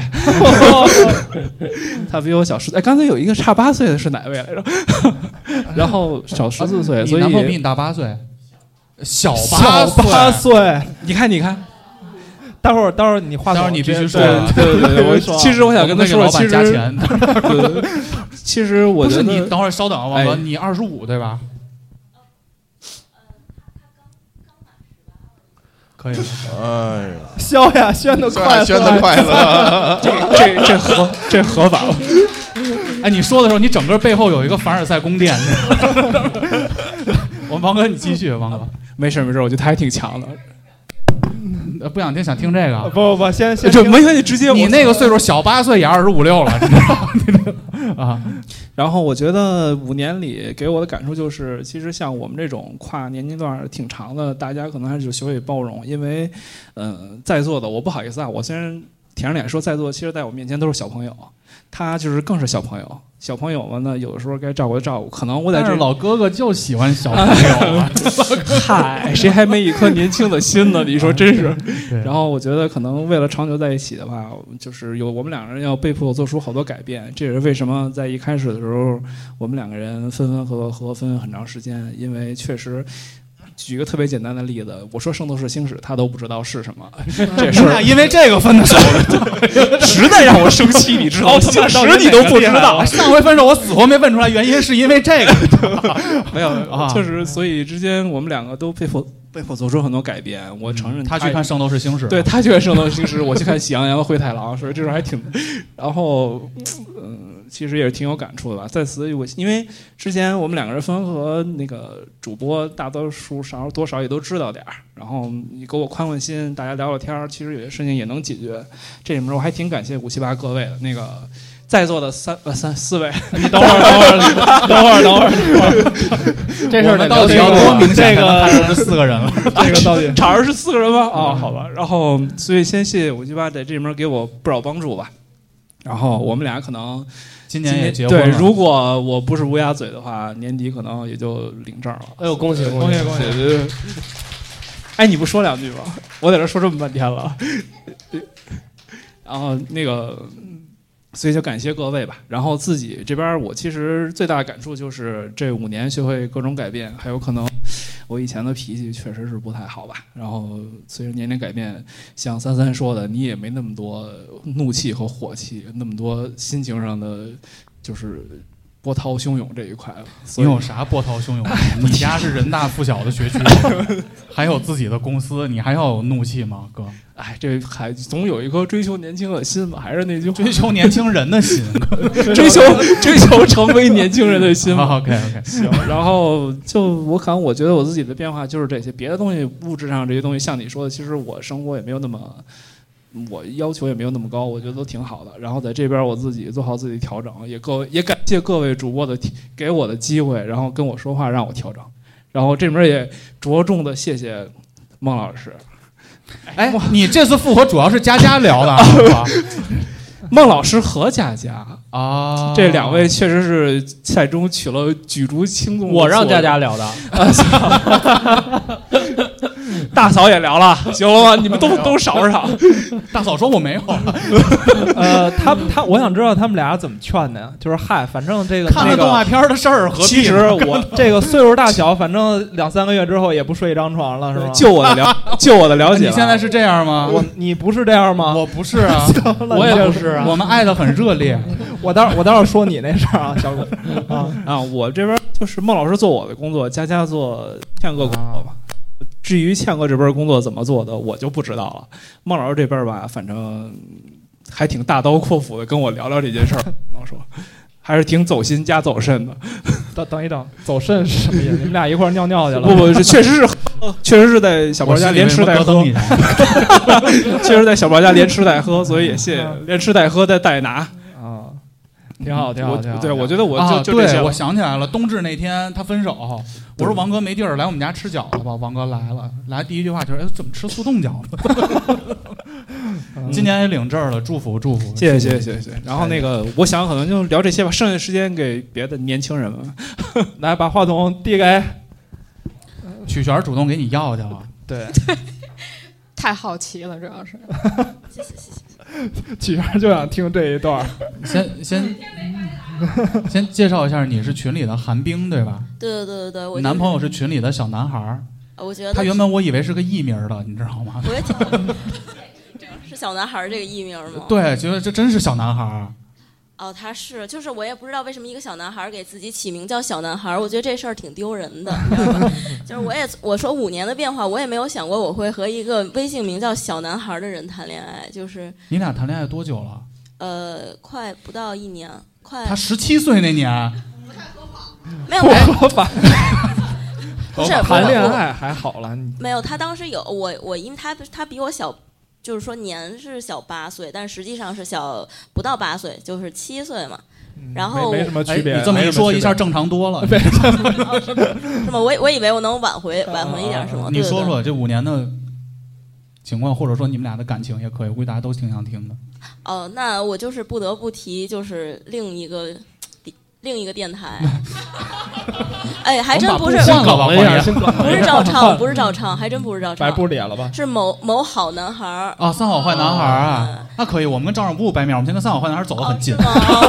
他比我小10。刚才有一个差8岁的是哪位来着？然后小14岁，所以你男朋友比你大8岁，小 8岁， 你看。 待会儿你话筒， 你必须说。 对，其实我想跟他说，其实加钱。 其实我觉得不是你等会儿稍等啊，王哥，你25对吧？可以。 哎， 肖亚轩的快乐， 轩的快乐， 这合法了。 哎，你说的时候，你整个背后有一个凡尔赛宫殿。王哥，你继续，王哥。 没事，我觉得他还挺强的。 不想听，想听这个。 不，先这没关系，直接你那个岁数小8岁也25、6了，你知道吗？啊。 然后我觉得5年里给我的感受就是，其实像我们这种跨年龄段挺长的，大家可能还是学会包容，因为在座的我不好意思啊，我虽然舔着脸说在座，其实在我面前都是小朋友，他就是更是小朋友。小朋友们呢，有的时候该照顾的照顾，可能我在这老哥哥就喜欢小朋友啊。 嗨，谁还没一颗年轻的心呢？你说真是。然后我觉得可能为了长久在一起的话，就是我们两个人要被迫做出好多改变。这也是为什么在一开始的时候，我们两个人分分很长时间，因为确实。举一个特别简单的例子，我说《圣斗士星矢》，他都不知道是什么。这事儿因为这个分的手， 实在让我生气，你知道吗？星矢你都不知道， 上回分手我死活没问出来，原因是因为这个。 没有，就是所以之间我们两个都被迫做出很多改变。我承认他去看《圣斗士星矢》， 对他去看《圣斗士星矢》，我去看《喜羊羊的灰太狼》，所以这事儿还挺，然后其实也是挺有感触的吧。在此，因为之前我们两个人分和那个主播，大多数多少也都知道点儿。然后你给我宽心，大家聊聊天儿，其实有些事情也能解决。这里面我还挺感谢578各位的那个在座的四位。你等会儿， 这事儿到底要多明显？ 这个是4个人了， 这个到底场上是4个人吗？啊，好吧。然后所以先谢谢578在这里面给我不少帮助吧。然后我们俩可能。 今年也结婚了。 对，如果我不是乌鸦嘴的话，年底可能也就领证了。 哎呦，恭喜！ 哎，你不说2句吗？我在这说这么半天了。然后那个，所以就感谢各位吧。然后自己这边，我其实最大的感触就是这5年学会各种改变，还有可能我以前的脾气确实是不太好吧。然后随着年龄改变，像33说的，你也没那么多怒气和火气，那么多心情上的就是波涛汹涌这一块了。 你有啥波涛汹涌？你家是人大附小的学区，还有自己的公司，你还要有怒气吗，哥？ 哎，这还总有一颗追求年轻的心吧？还是那句追求年轻人的心， 追求成为年轻人的心。 OK， 行。然后我觉得我自己的变化就是这些，别的东西物质上这些东西，像你说的，其实我生活也没有那么。我要求也没有那么高，我觉得都挺好的。然后在这边我自己做好自己调整，也感谢各位主播的给我的机会，然后跟我说话让我调整。然后这边也着重的谢谢孟老师。 哎，你这次复合主要是佳佳聊的， 孟老师和佳佳啊， 这2位确实是赛中取了举足轻重。 我让佳佳聊的。 大嫂也聊了，行了吗？你们都少。 大嫂说我没有。 我想知道他们俩怎么劝的呀？就是反正这个看了动画片的事儿， 其实我这个岁数大小，反正2-3个月之后也不睡一张床了，是吧？ 就我的了解， 你现在是这样吗？ 你不是这样吗？ 我不是啊， 我也不是啊。 我们爱得很热烈。 我待会儿说你那事儿啊，小狗啊，我这边就是孟老师做我的工作，佳佳做倩哥工作吧。至于倩哥这边工作怎么做的，我就不知道了。孟老师这边吧，反正还挺大刀阔斧的跟我聊聊这件事儿。我说，还是挺走心加走肾的。 等一等，走肾是什么意思？你们俩一块儿尿尿去了？ 不，确实是在小宝家连吃带喝。确实在小宝家连吃带喝，所以也谢谢连吃带喝带拿。 挺好。 对，我觉得我就这些。我想起来了，冬至那天他分手，我说王哥没地儿来我们家吃饺子吧，王哥来了，来第一句话就是怎么吃速冻饺子？今年也领证了，祝福， 谢谢。然后我想可能就聊这些吧，剩下时间给别的年轻人们。 来，把话筒递给曲璇，主动给你要去了。 对， 太好奇了，主要是。 谢谢。 曲璇就想听这一段。 先介绍一下，你是群里的寒冰对吧？ 对，我男朋友是群里的小男孩。 我觉得他原本我以为是个艺名的，你知道吗？ 我也是小男孩这个艺名吗？ 对，觉得这真是小男孩。 哦，他是，就是我也不知道为什么一个小男孩给自己起名叫小男孩，我觉得这事儿挺丢人的，你知道吧？就是我说5年的变化，我也没有想过我会和一个微信名叫小男孩的人谈恋爱。就是你俩谈恋爱多久了？ 快不到1年，快。 他17岁那年。 不太合法。没有合法。 不是谈恋爱还好了。 没有，他当时有我，因为他比我小。就是说年是小8岁，但实际上是小不到8岁，就是7岁嘛。然后没什么区别。 你这么一说，一下正常多了。 是吗？我以为我能挽回一点，是吗？ 你说说这5年的情况，或者说你们俩的感情也可以，我估计大家都挺想听的。 那我就是不得不提，就是另一个电台。哎，还真不是， 不是赵畅，还真不是赵畅， 白不咧了吧？ 是某好男孩三好坏男孩啊，那可以，我们跟照相部掰面，我们先跟三好坏男孩走得很近。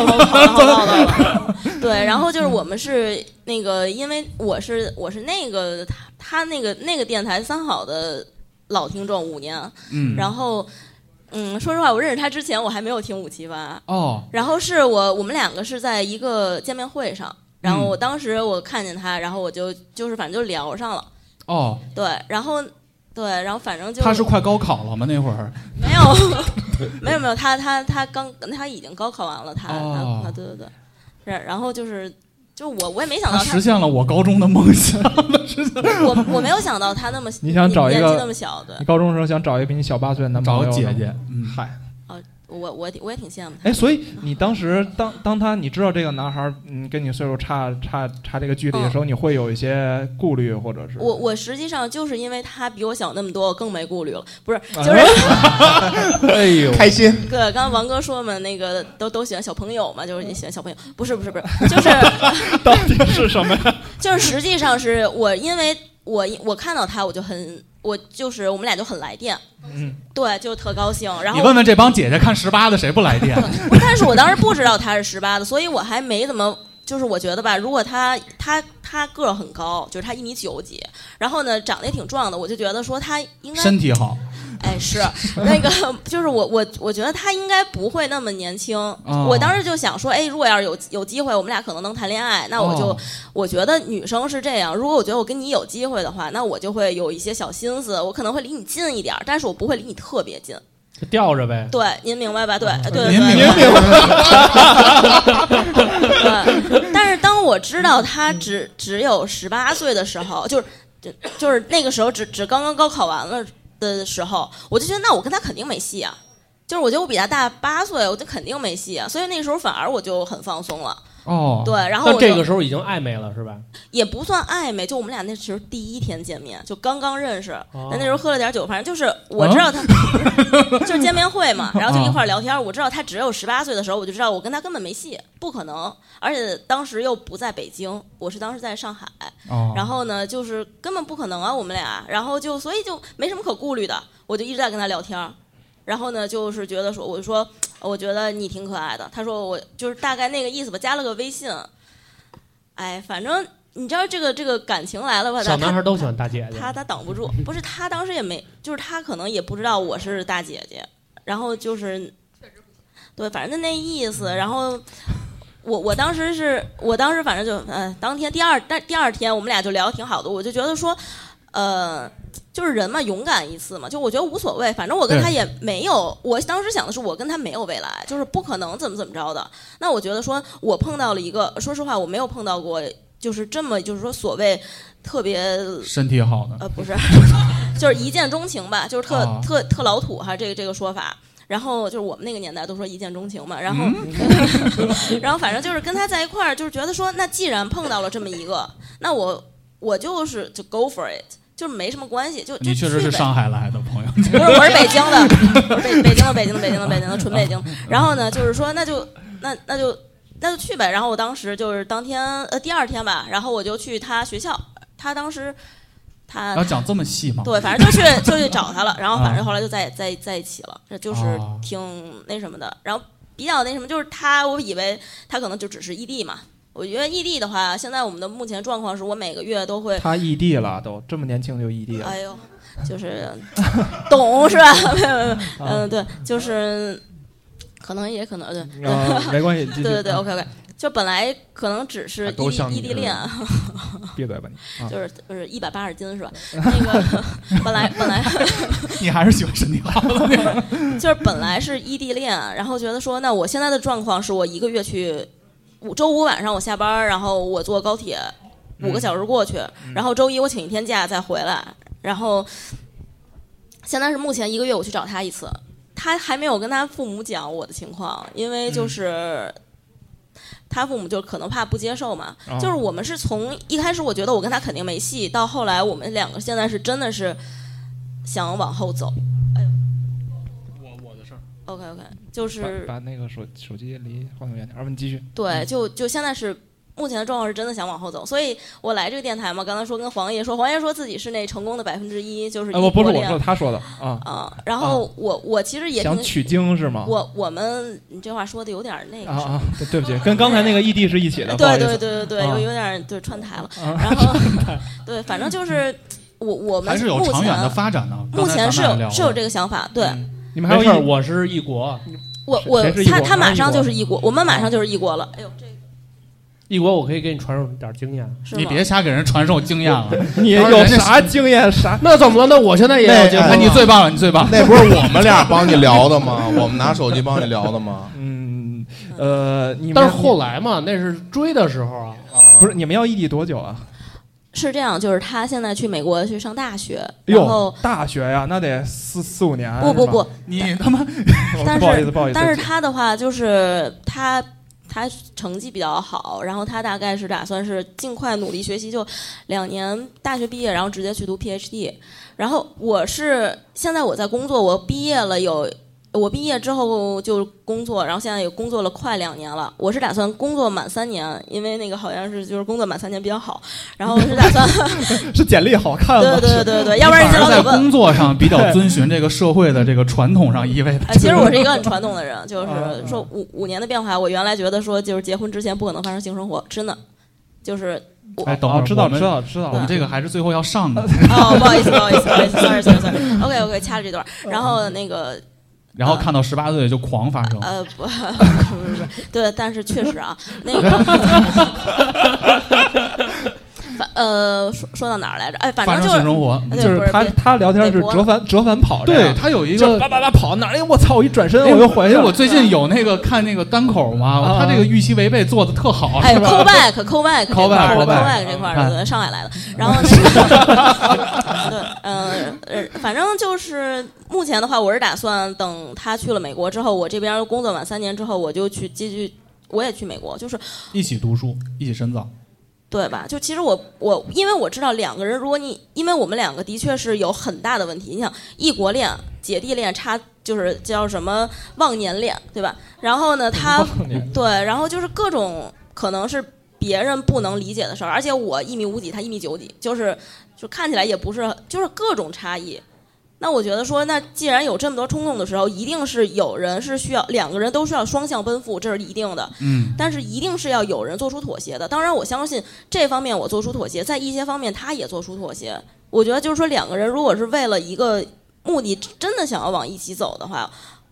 对，然后就是我们是那个，因为我是那个他那个电台三好的老听众5年，然后。说实话，我认识他之前，我还没有听578。然后是我们2个是在一个见面会上，然后当时我看见他，然后我就是反正就聊上了。对，然后反正就他是快高考了吗？那会儿没有，他已经高考完了，他对，然后就我也没想到他实现了我高中的梦想。 我没有想到他那么你想找一个年纪那么小，对， 你高中时候想找一个比你小8岁的男朋友， 找姐姐。 嗨。 我也挺羡慕他。 所以你当时当你知道这个男孩跟你岁数差这个距离的时候，你会有一些顾虑，或者是我实际上就是因为他比我小那么多，我更没顾虑了。不是，就是哎呦，开心。 对，刚刚王哥说嘛，那个都喜欢小朋友嘛，就是你喜欢小朋友，不是，就是到底是什么呀？ 就是实际上是我，因为我看到他，我就是我们俩就很来电，对，就特高兴。然后你问问这帮姐姐看18的谁不来电？ 但是我当时不知道他是18的，所以我还没怎么，就是我觉得吧，如果他个儿很高，就是他1.9米几，然后呢长得也挺壮的，我就觉得说他应该身体好。 哎，是那个，就是我觉得他应该不会那么年轻。我当时就想说，如果要是有机会，我们俩可能能谈恋爱，那我觉得女生是这样，如果我觉得我跟你有机会的话，那我就会有一些小心思，我可能会离你近一点，但是我不会离你特别近， 就吊着呗。 对，您明白吧？对， 您明白。对，但是当我知道他只有18岁的时候，就是那个时候只刚刚高考完了的时候，我就觉得那我跟他肯定没戏啊，就是我觉得我比他大8岁，我就肯定没戏啊，所以那时候反而我就很放松了。对，然后这个时候已经暧昧了是吧？ 也不算暧昧，就我们俩那时候第1天见面，就刚刚认识，那时候喝了点酒，反正就是我知道他，就是见面会嘛，然后就一块聊天。我知道他只有18岁的时候，我就知道我跟他根本没戏，不可能，而且当时又不在北京，我是当时在上海，然后呢，就是根本不可能啊，我们俩，然后所以就没什么可顾虑的，我就一直在跟他聊天。然后呢，就是觉得说，我就说，我觉得你挺可爱的。他说我就是大概那个意思吧，加了个微信。反正你知道这个感情来了吧？ 小男孩都喜欢大姐姐。 他挡不住，不是他当时也没，就是他可能也不知道我是大姐姐，然后就是，对，反正那意思。然后我当时反正就当天第二天我们俩就聊得挺好的，我就觉得说就是人嘛，勇敢一次嘛，就我觉得无所谓，反正我跟他也没有，我当时想的是我跟他没有未来，就是不可能怎么着的。那我觉得说我碰到了一个，说实话我没有碰到过就是这么就是说所谓特别身体好的不是就是一见钟情吧，就是特老土哈，这个说法。然后就是我们那个年代都说一见钟情嘛，然后然后反正就是跟他在一块儿，就是觉得说那既然碰到了这么一个，那我就 go for it， 就是没什么关系，就你确实是上海来的朋友， 不是，我是北京的，北京的纯北京。然后呢，就是说那就去呗。然后我当时就是第二天吧，然后我就去他学校，他当时他要讲这么细吗？ 对，反正就去找他了，然后反正后来就在一起了，这就是挺那什么的。然后比较那什么，就是我以为他可能就只是异地嘛。我觉得异地的话，现在我们的目前状况是我每个月都会。 他异地了，都这么年轻就异地了。 哎呦，就是懂是吧？对，就是可能也可能对， 没关系。 对，OK， 就本来可能只是异地恋。 闭嘴吧你。 就是180斤是吧？那个本来你还是喜欢身体好的。 就是本来是异地恋，然后觉得说，那我现在的状况是我一个月去。周五晚上我下班，然后我坐高铁5个小时过去，然后周一我请1天假再回来，然后现在是目前1个月我去找他一次，他还没有跟他父母讲我的情况，因为就是他父母就可能怕不接受嘛，就是我们是从一开始我觉得我跟他肯定没戏，到后来我们两个现在是真的是想往后走。OK， 就是把那个手机离话筒远点，你继续。 对，就现在是目前的状况是真的想往后走，所以我来这个电台嘛，刚才说跟黄爷说自己是那成功的1%，就是我不是我说他说的然后我其实也想取经是吗？ 我们你这话说的有点那个对不起，跟刚才那个异地是一起的。 对，有点对串台了，然后对，反正就是我们还是有长远的发展的， 目前是有这个想法，对。 你们还有我是异国， 他马上就是异国，我们马上就是异国了。哎呦，这个异国我可以给你传授点经验， 你别瞎给人传授经验了。 你有啥经验啥？ 那怎么了？那我现在也有经验。 你最棒了，你最棒。 那不是我们俩帮你聊的吗？我们拿手机帮你聊的吗？ 但是后来嘛，那是追的时候啊。 不是，你们要异地多久啊？ 是这样，就是他现在去美国去上大学， 然后大学呀，那得4-5年。 不， 你他妈， 不好意思， 但是他的话就是他成绩比较好，然后他大概是打算是尽快努力学习，就2年大学毕业，然后直接去读 PhD。然后现在我在工作，我毕业之后就工作，然后现在也工作了快2年了。我是打算工作满3年，因为那个好像是就是工作满3年比较好。然后我是打算是简历好看吗？ 对，要不然人家老在工作上比较遵循这个社会的这个传统上意味的。 其实我是一个很传统的人，就是说5年的变化。我原来觉得说就是结婚之前不可能发生性生活，真的就是等会儿知道了。 我们这个还是最后要上的。 不好意思 ，sorry，OK， 掐了这段。然后那个。 然后看到18岁就狂发生。 不，对，但是确实啊，那个，说到哪儿来着？哎，反正就是性生活， 就是他聊天是折返跑， 对他有一个叭跑哪儿？我操！我一转身我又回去了。 我最近有那个看那个单口嘛，他这个预期违背做的特好。 哎 ，call back 这块的，上海来的。然后那个，对，反正就是目前的话，我是打算等他去了美国之后，我这边工作满3年之后，我就去继续，我也去美国，就是一起读书，一起深造。 对吧？就其实我因为我知道2个人，因为我们2个的确是有很大的问题。你想异国恋、姐弟恋就是叫什么忘年恋，对吧？然后呢，对，然后就是各种可能是别人不能理解的事儿，而且我1.5米几，他1.9米几，就看起来也不是，就是各种差异。那我觉得说，那既然有这么多冲动的时候，一定是有人是需要2个人都需要双向奔赴，这是一定的。但是一定是要有人做出妥协的。当然，我相信这方面我做出妥协，在一些方面他也做出妥协。我觉得就是说，2个人如果是为了一个目的真的想要往一起走的话，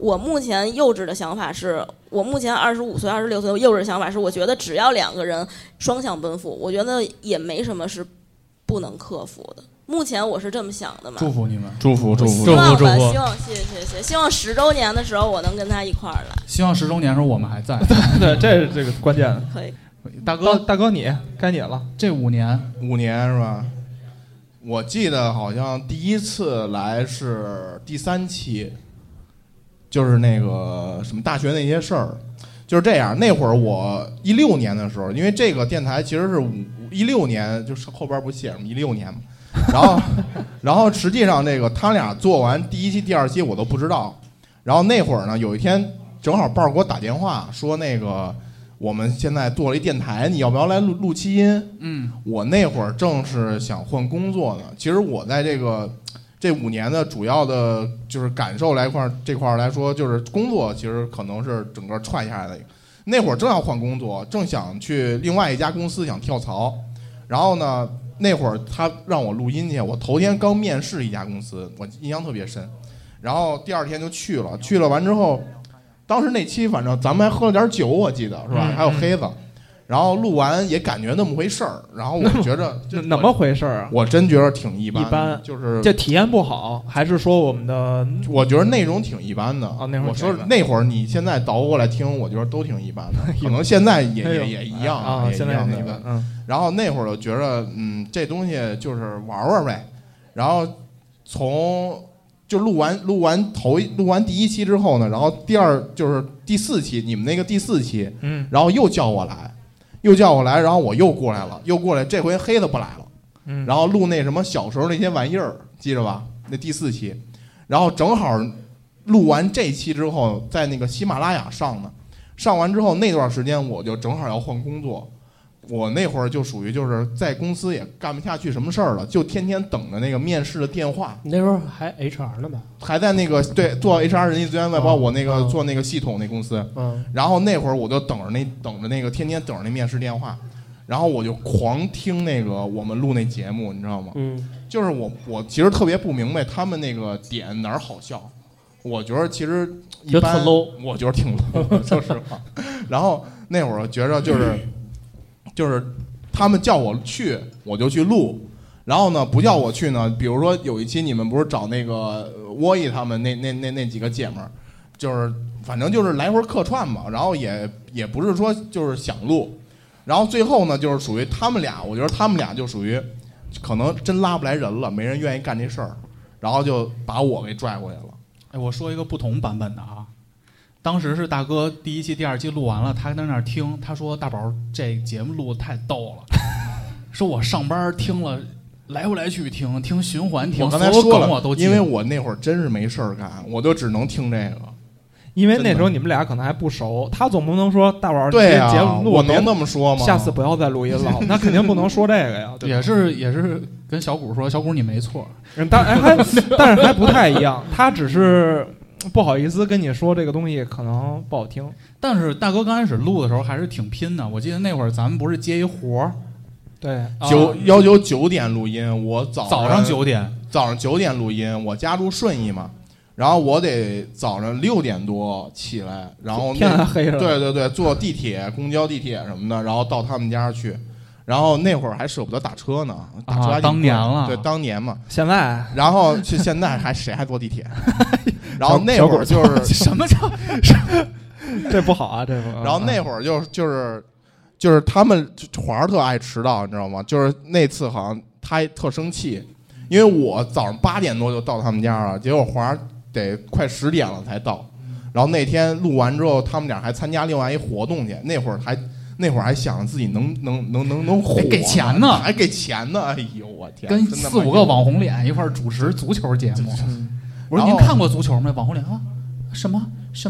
我目前幼稚的想法是，我目前25岁、26岁，幼稚的想法是，我觉得只要2个人双向奔赴，我觉得也没什么是不能克服的。目前我是这么想的嘛。 祝福你们， 祝福， 希望吧，希望，谢谢，希望10周年的时候我能跟他一块儿来。 希望10周年的时候我们还在。 对，这是这个关键。 可以。 大哥你该你了。 这5年是吧？我记得好像第一次来是第3期。就是那个什么大学那些事儿，就是这样。那会儿我16年的时候，因为这个电台其实是16年，就是后边不写什么16年嘛。然后实际上这个他俩做完第1期、第2期我都不知道。然后那会儿呢，有一天正好豹给我打电话说那个我们现在做了一电台，你要不要来录期音？我那会儿正是想换工作呢。其实我在这5年的主要的就是感受这块来说，就是工作其实可能是整个踹下来的。那会儿正要换工作，正想去另外一家公司想跳槽，然后呢，那会儿他让我录音去，我头天刚面试一家公司，我印象特别深。然后第2天就去了完之后，当时那期反正咱们还喝了点酒，我记得是吧？还有黑子。然后录完也感觉那么回事儿，然后我觉着怎么回事啊？ 我真觉得挺一般，就是这体验不好，还是说我们的？ 我觉得内容挺一般的啊。那会儿我说那会儿你现在倒过来听，我觉得都挺一般的，可能现在也一样啊，现在也一般。 然后那会儿我觉着这东西就是玩玩呗。然后就录完第1期之后呢，然后就是第4期，你们那个第4期，然后又叫我来，然后我又过来了，这回黑子不来了，然后录那什么小时候那些玩意儿，记着吧？那第4期，然后正好录完这期之后，在那个喜马拉雅上呢，上完之后那段时间我就正好要换工作，我那会儿就属于就是在公司也干不下去什么事儿了，就天天等着那个面试的电话。 那时候还 HR 呢吧？ 还在那个对做 HR 人力资源外包，我那个做那个系统那公司。然后那会儿我就等着那个天天等着那面试电话，然后我就狂听那个我们录那节目，你知道吗？就是我其实特别不明白他们那个点哪儿好笑，我觉得其实一般，我觉得挺 low， 说实话。然后那会儿觉着就是他们叫我去，我就去录。然后呢，不叫我去呢，比如说有一期你们不是找那个沃伊他们那几个姐们儿，就是反正就是来回客串嘛。然后也不是说就是想录。然后最后呢，就是属于他们俩，我觉得他们俩就属于可能真拉不来人了，没人愿意干这事儿，然后就把我给拽过去了。 哎，我说一个不同版本的啊。当时是大哥第1期、第2期录完了，他在那儿听，他说：“大宝，这节目录的太逗了，说我上班听了，来回来去听循环听。” 我刚才说了，因为我那会儿真是没事儿干，我就只能听这个。 因为那时候你们俩可能还不熟，他总不能说大宝这节目录， 我能那么说吗？ 下次不要再录音了，那肯定不能说这个呀。 也是跟小谷说，小谷你没错， 但是还不太一样，他只是。不好意思跟你说这个东西可能不好听， 但是大哥刚开始录的时候还是挺拼的。我记得那会儿咱们不是接一活儿， 对， 要求9点录音，我早上9 点录音，我家住顺义嘛，然后我得早上6点多起来，然后天还黑着， 对，坐地铁、公交、地铁什么的，然后到他们家去。然后那会儿还舍不得打车呢，打车还当年了， 对，当年嘛。 现在， 然后现在谁还坐地铁？然后那会儿就是什么叫这不好啊，这不。 然后那会儿就是他们华儿特爱迟到，你知道吗？就是那次好像他特生气，因为我早上8点多就到他们家了，结果华儿得快10点了才到。然后那天录完之后，他们俩还参加另外一活动去，那会儿还想着自己能火， 给钱呢， 还给钱呢！哎呦我天， 跟4、5个网红脸一块主持足球节目。我说您看过足球吗？网红脸啊，什么？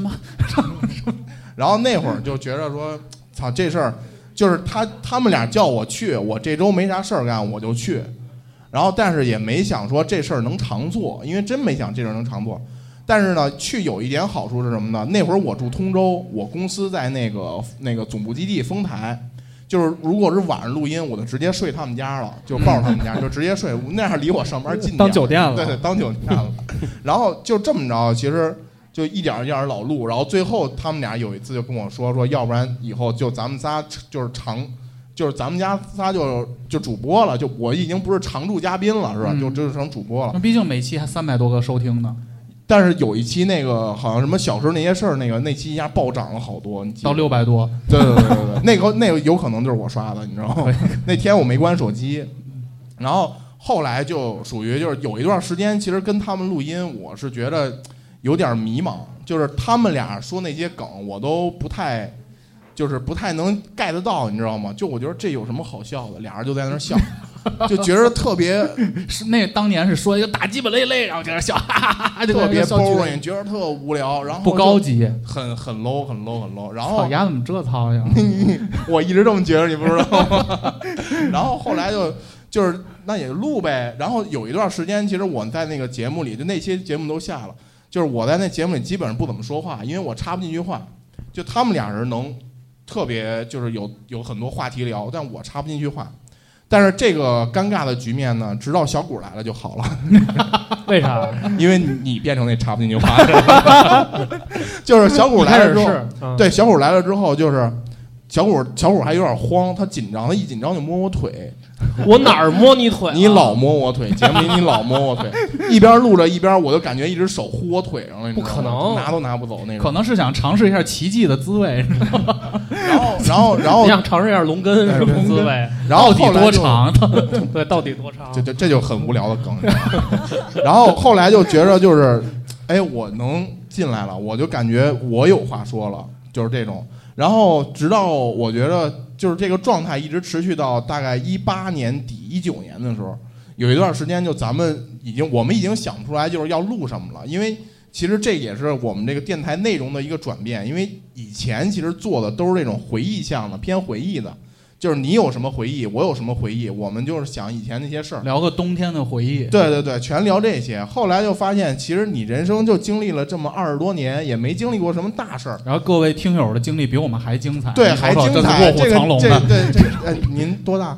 然后那会儿就觉得说，操，这事儿就是他们俩叫我去，我这周没啥事儿干，我就去。然后但是也没想说这事儿能常做，因为真没想这事儿能常做。但是呢，去有一点好处是什么呢？那会儿我住通州，我公司在那个总部基地丰台，就是如果是晚上录音，我就直接睡他们家了，就抱着他们家就直接睡，那样离我上班近点， 当酒店了， 对，当酒店了。然后就这么着，其实就一点一点老录，然后最后他们俩有一次就跟我说，要不然以后就咱们仨就是咱们家仨就主播了，就我已经不是常驻嘉宾了，是吧？就成主播了。 那毕竟每期还300多个收听呢。 但是有一期那个好像什么小时候那些事儿，那期一下暴涨了好多，你记得到600多。 对，那个有可能就是我刷的，你知道吗？那天我没关手机，然后后来就属于就是有一段时间，其实跟他们录音，我是觉得有点迷茫，就是他们俩说那些梗，我都不太能 get 到，你知道吗？就我觉得这有什么好笑的，俩人就在那笑，就觉得特别是那当年是说一个打鸡巴累累，然后在那笑，哈哈哈， 特别 boring， 觉得特无聊，然后不高级， 很 low， 然后丫怎么这操呀？ 我一直这么觉得，你不知道吗？然后后来就是那也录呗。然后有一段时间，其实我在那个节目里，就那些节目都下了，就是我在那节目里基本上不怎么说话，因为我插不进去话。就他们俩人能特别就是有很多话题聊，但我插不进去话。但是这个尴尬的局面呢，直到小谷来了就好了。 为啥？ 因为你变成那插不进去话的。就是小谷来了之后，对，小谷来了之后，就是小谷还有点慌，他紧张，他一紧张就摸我腿。 我哪儿摸你腿？ 你老摸我腿，节目里你老摸我腿，一边录着一边我就感觉一只手呼我腿上了， 不可能， 拿都拿不走那种。 可能是想尝试一下奇迹的滋味， 然后你想尝试一下龙根是什么滋味？ 然后到底多长？ 对，到底多长？ 这就很无聊的梗。然后后来就觉着就是，哎，我能进来了，我就感觉我有话说了，就是这种。然后直到我觉得就是这个状态一直持续到大概18年底19年的时候，有一段时间就我们已经想不出来就是要录什么了，因为其实这也是我们这个电台内容的一个转变，因为以前其实做的都是这种回忆向的，偏回忆的。就是你有什么回忆，我有什么回忆，我们就是想以前那些事儿， 聊个冬天的回忆。 对，全聊这些。后来就发现，其实你人生就经历了这么20多年，也没经历过什么大事儿。 然后各位听友的经历比我们还精彩， 对，还精彩。 这是卧虎藏龙的。 对，您多大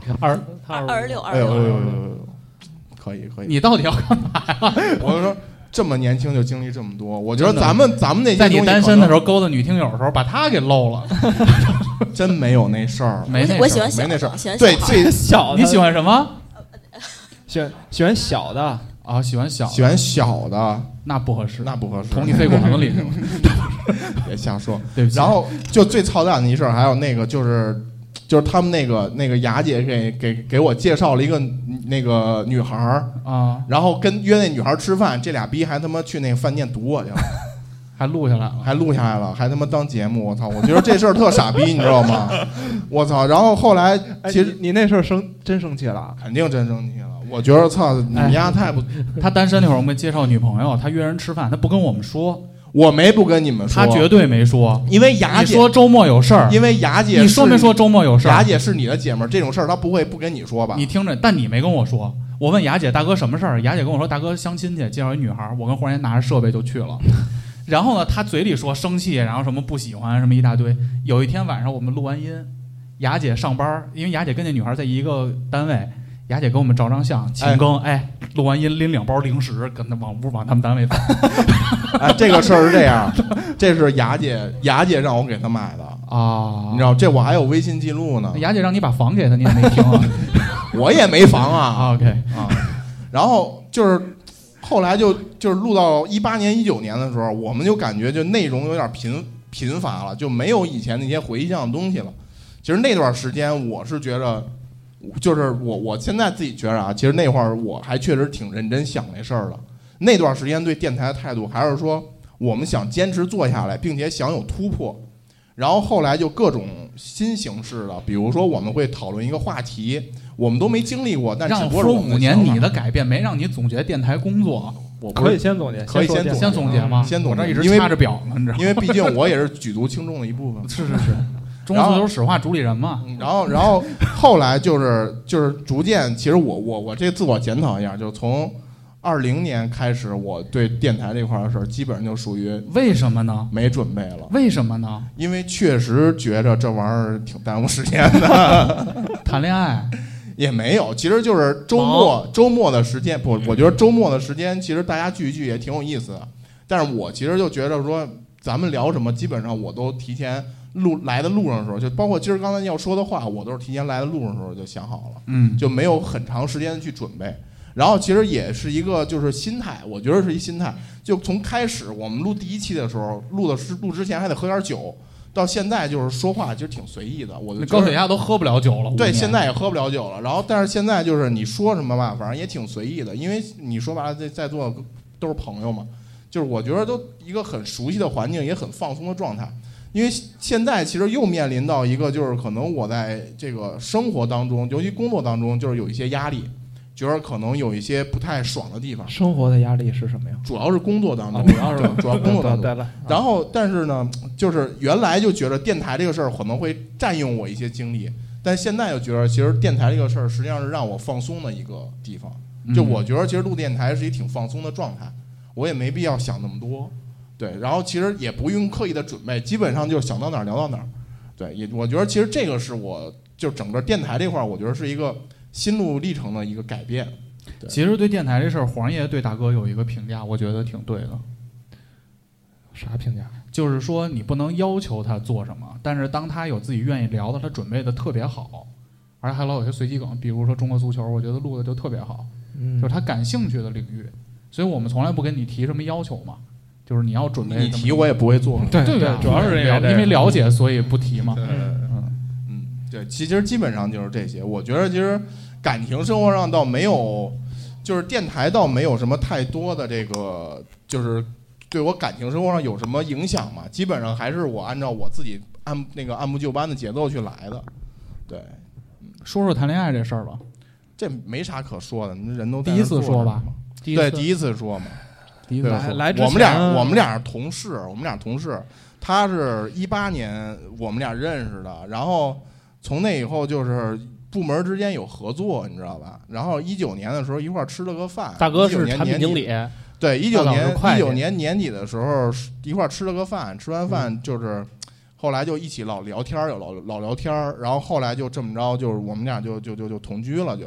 ？26。 哎呦，可以。 你到底要干嘛呀？ 我就说。这么年轻就经历这么多，我觉得咱们那些在你单身的时候勾搭女听友的时候，把他给漏了， 真没有那事儿， 没那事儿，我喜欢没那事儿。 对， 最小的， 你喜欢什么？ 喜欢小的啊，喜欢小的， 那不合适， 捅你肺管子里， 别瞎说， 对不起。 然后就最操蛋的一事儿，还有那个就是他们那个雅姐给我介绍了一个那个女孩啊， 然后约那女孩吃饭，这俩逼还他妈去那个饭店堵我去了， 还录下来了，还他妈当节目，我操！我觉得这事儿特傻逼，你知道吗？我操！然后后来其实你那事儿真生气了， 肯定真生气了。我觉得操，你们家太不…… 他单身那会儿，我们介绍女朋友，他约人吃饭，他不跟我们说。 我没不跟你们说， 他绝对没说， 因为雅姐你说周末有事儿， 因为雅姐你说没说周末有事儿？ 雅姐是你的姐们儿，这种事儿她不会不跟你说吧？ 你听着，但你没跟我说。我问雅姐大哥什么事儿，雅姐跟我说大哥相亲去，介绍一女孩，我跟忽然间拿着设备就去了。然后呢，他嘴里说生气，然后什么不喜欢什么一大堆。有一天晚上我们录完音，雅姐上班，因为雅姐跟那女孩在一个单位。雅姐给我们照张相，秦庚，录完音拎2包零食，跟他往他们单位走。 这个事儿是这样，这是雅姐让我给他买的啊， 你知道，这我还有微信记录呢。 雅姐让你把房给他，你也没听啊？ 我也没房啊。 OK 啊，然后就是后来就是录到18年19年的时候，我们就感觉就内容有点贫乏了，就没有以前那些回忆向的东西了。其实那段时间我是觉得。就是我现在自己觉得啊，其实那会儿我还确实挺认真想这事儿的。那段时间对电台的态度还是说，我们想坚持做下来，并且想有突破。然后后来就各种新形式的，比如说我们会讨论一个话题，我们都没经历过，但只不过是 5年你的改变没让你总结电台工作。 我可以先总结， 可以先总结吗？ 先总结， 我这一直掐着表呢，你知道吗？ 因为毕竟我也是举足轻重的一部分。 是。中途都是实话主理人嘛， 然后后来就是逐渐，其实我这自我检讨一下，就从20年开始，我对电台这块的事儿基本上就属于为什么呢？ 没准备了。 为什么呢？ 因为确实觉着这玩意儿挺耽误时间的。 谈恋爱也没有，其实就是周末的时间不，我觉得周末的时间其实大家聚一聚也挺有意思的。 但是我其实就觉得说，咱们聊什么，基本上我都提前来的路上的时候，就包括今儿刚才要说的话，我都是提前来的路上的时候就想好了，就没有很长时间去准备。然后其实也是一个就是心态，我觉得是一心态。就从开始我们录第1期的时候，录之前还得喝点酒，到现在就是说话其实挺随意的。我就高血压都喝不了酒了。 对，现在也喝不了酒了。然后但是现在就是你说什么吧，反正也挺随意的，因为你说白了在座都是朋友嘛，就是我觉得都一个很熟悉的环境，也很放松的状态。因为现在其实又面临到一个就是可能我在这个生活当中，尤其工作当中，就是有一些压力。觉得可能有一些不太爽的地方。 生活的压力是什么呀？ 主要是工作当中，主要工作当中。然后，但是呢，就是原来就觉得电台这个事儿可能会占用我一些精力，但现在又觉得其实电台这个事儿实际上是让我放松的一个地方。就我觉得其实录电台是一挺放松的状态，我也没必要想那么多。对，然后其实也不用刻意的准备，基本上就想到哪儿聊到哪儿。对，也我觉得其实这个是我就整个电台这块儿，我觉得是一个心路历程的一个改变。 其实对电台这事儿，黄爷对大哥有一个评价，我觉得挺对的。 啥评价？ 就是说你不能要求他做什么，但是当他有自己愿意聊的，他准备的特别好，而且还老有些随机梗，比如说中国足球，我觉得录的就特别好，就是他感兴趣的领域。所以我们从来不跟你提什么要求嘛，就是你要准备。 你提我也不会做。 对， 主要是因为了解，所以不提嘛。 对，其实基本上就是这些。我觉得其实感情生活上倒没有，就是电台倒没有什么太多的这个，就是对我感情生活上有什么影响嘛？基本上还是我按照我自己按部就班的节奏去来的。对， 说说谈恋爱这事儿吧。 这没啥可说的，人都第一次说吧。 对，第一次说嘛。 第一次来之前我们俩是同事，他是18年我们俩认识的，然后。从那以后就是部门之间有合作，你知道吧？然后19年的时候一块儿吃了个饭。 大哥是产品经理。 对，19年年底的时候一块儿吃了个饭，吃完饭就是后来就一起老聊天，老聊天，然后后来就这么着，就是我们俩就同居了，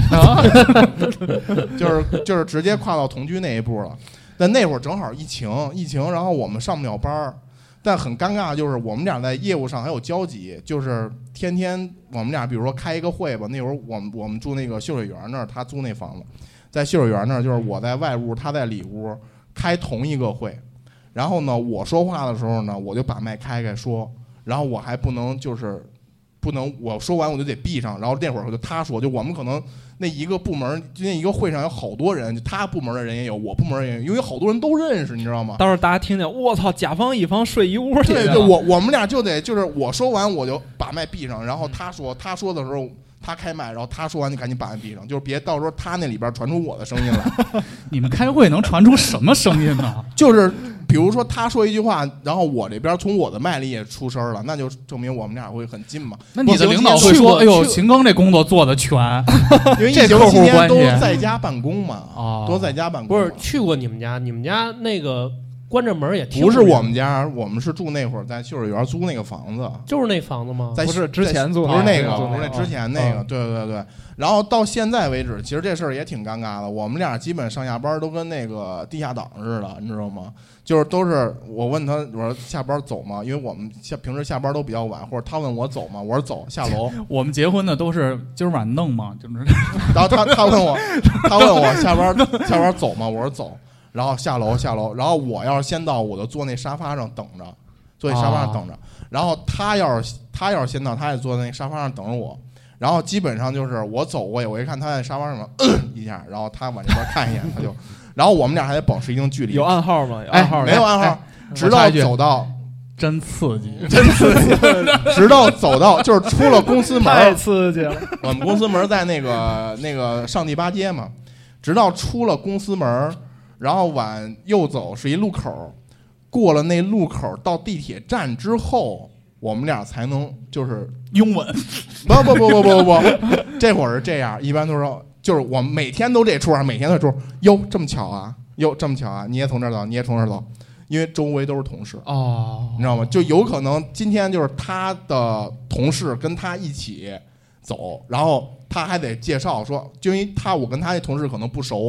就是直接跨到同居那一步了。但那会儿正好疫情，然后我们上不了班。但很尴尬的就是我们俩在业务上还有交集，就是天天我们俩比如说开一个会吧，那会儿我们住那个秀水园那儿，他租那房子，在秀水园那儿，就是我在外屋，他在里屋开同一个会，然后呢我说话的时候呢，我就把麦开说，然后我还不能我说完我就得闭上，然后那会儿就他说，就我们可能那一个部门那一个会上有好多人，就他部门的人也有，我部门也有，因为好多人都认识，你知道吗？ 到时候大家听见，我操，甲方乙方睡一屋去。 对，我们俩就得就是我说完我就把麦闭上，然后他说的时候他开麦，然后他说完就赶紧把麦闭上，就是别到时候他那里边传出我的声音来。 你们开会能传出什么声音呢？ 就是比如说他说一句话，然后我这边从我的麦里也出声了，那就证明我们俩会很近嘛。 那你的领导会说：“哎呦，秦庚这工作做的全， 因为疫情期间都在家办公嘛，都在家办公。” 不是去过你们家那个关着门也听不是我们家，我们是住那会儿在秀水园租那个房子， 就是那房子吗？ 不是之前租， 不是那个，不是之前那个，对。然后到现在为止，其实这事儿也挺尴尬的。我们俩基本上下班都跟那个地下党似的，你知道吗？就是都是我问他，我说下班走吗？因为我们平时下班都比较晚，或者他问我走吗？我说走，下楼。 我们结婚的都是今儿晚弄吗？就是。 然后他问我下班走吗？我说走。然后下楼，然后我要是先到，我就坐那沙发上等着，坐那沙发上等着。然后他要是先到，他也坐在那沙发上等着我。然后基本上就是我走过去，我一看他在沙发上一下，然后他往这边看一眼，他就，然后我们俩还得保持一定距离。 有暗号吗？有暗号？ 没有暗号，直到走到。 真刺激， 直到走到就是出了公司门， 太刺激了。 我们公司门在那个上第8街嘛，直到出了公司门。然后往右走是一路口，过了那路口到地铁站之后，我们俩才能就是拥吻。 不，这会儿是这样，一般都是就是我们每天都这出，每天都这出。哟，这么巧啊！你也从这儿走，你也从这儿走，因为周围都是同事你知道吗？就有可能今天就是他的同事跟他一起走，然后他还得介绍说，就因为我跟他那同事可能不熟。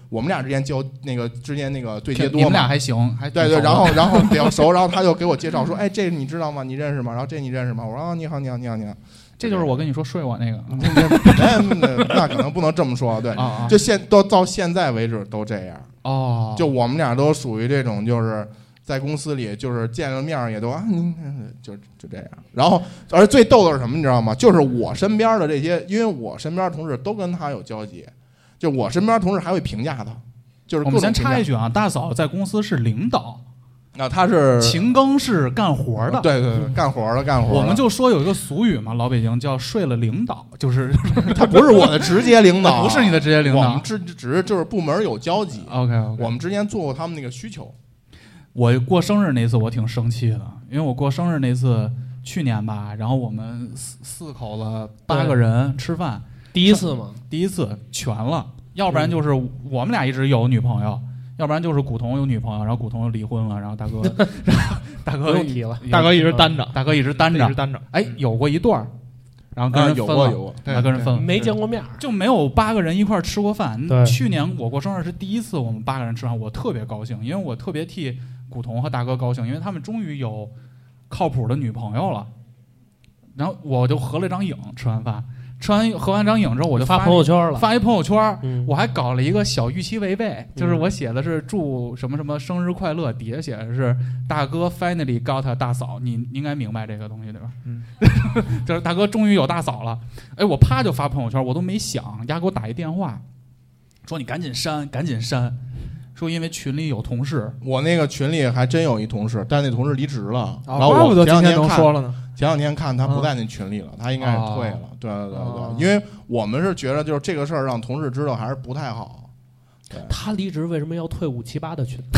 我们俩之间对接多嘛， 你们俩还行，还对，然后比较熟，然后他就给我介绍说，哎，这你知道吗？你认识吗？然后这你认识吗？我说你好， 这就是我跟你说睡我那个， 那可能不能这么说，对，就到现在为止都这样哦， 就我们俩都属于这种，就是在公司里就是见了面也都就这样，然后而最逗的是什么，你知道吗？就是我身边的这些，因为我身边的同事都跟他有交集，就我身边的同事还会评价他，就是我们先插一句啊，大嫂在公司是领导。 他是勤更是干活的， 对，干活的。 我们就说有一个俗语嘛，老北京叫睡了领导，就是他不是我的直接领导， 不是你的直接领导， 我们只是就是部门有交集。 OK， 我们之前做过他们那个需求。 我过生日那次我挺生气的，因为我过生日那次去年吧，然后我们四口子8个人吃饭， 第一次吗？ 第一次全了，要不然就是我们俩一直有女朋友。要不然就是古潼有女朋友，然后古潼又离婚了，然后大哥不用提了， 大哥一直单着， 哎，有过一段，然后跟人分了， 有过， 跟人分了， 没见过面， 就没有8个人一块吃过饭。去年我过生日是第一次我们8个人吃饭，我特别高兴，因为我特别替古潼和大哥高兴，因为他们终于有靠谱的女朋友了。然后我就合了一张影，合完张影之后，我就发朋友圈了， 发一朋友圈，我还搞了一个小预期违背，就是我写的是祝什么什么生日快乐，底下写的是大哥 finally got 大嫂，你应该明白这个东西对吧？就是大哥终于有大嫂了，哎，我啪就发朋友圈，我都没想，丫给我打一电话，说你赶紧删，说因为群里有同事， 我那个群里还真有一同事，但那同事离职了，然后我今天能说了呢。 前两天看他不在那群里了，他应该是退了。对，因为我们是觉得就是这个事儿让同事知道还是不太好。 他离职为什么要退578的群？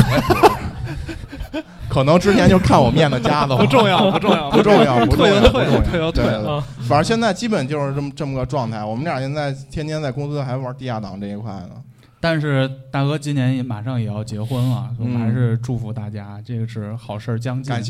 可能之前就看我面子夹子， 不重要，退了。 反正现在基本就是这么个状态。我们俩现在天天在公司还玩地下党这一块呢。 但是大哥今年马上也要结婚了，我们还是祝福大家，这个是好事将近。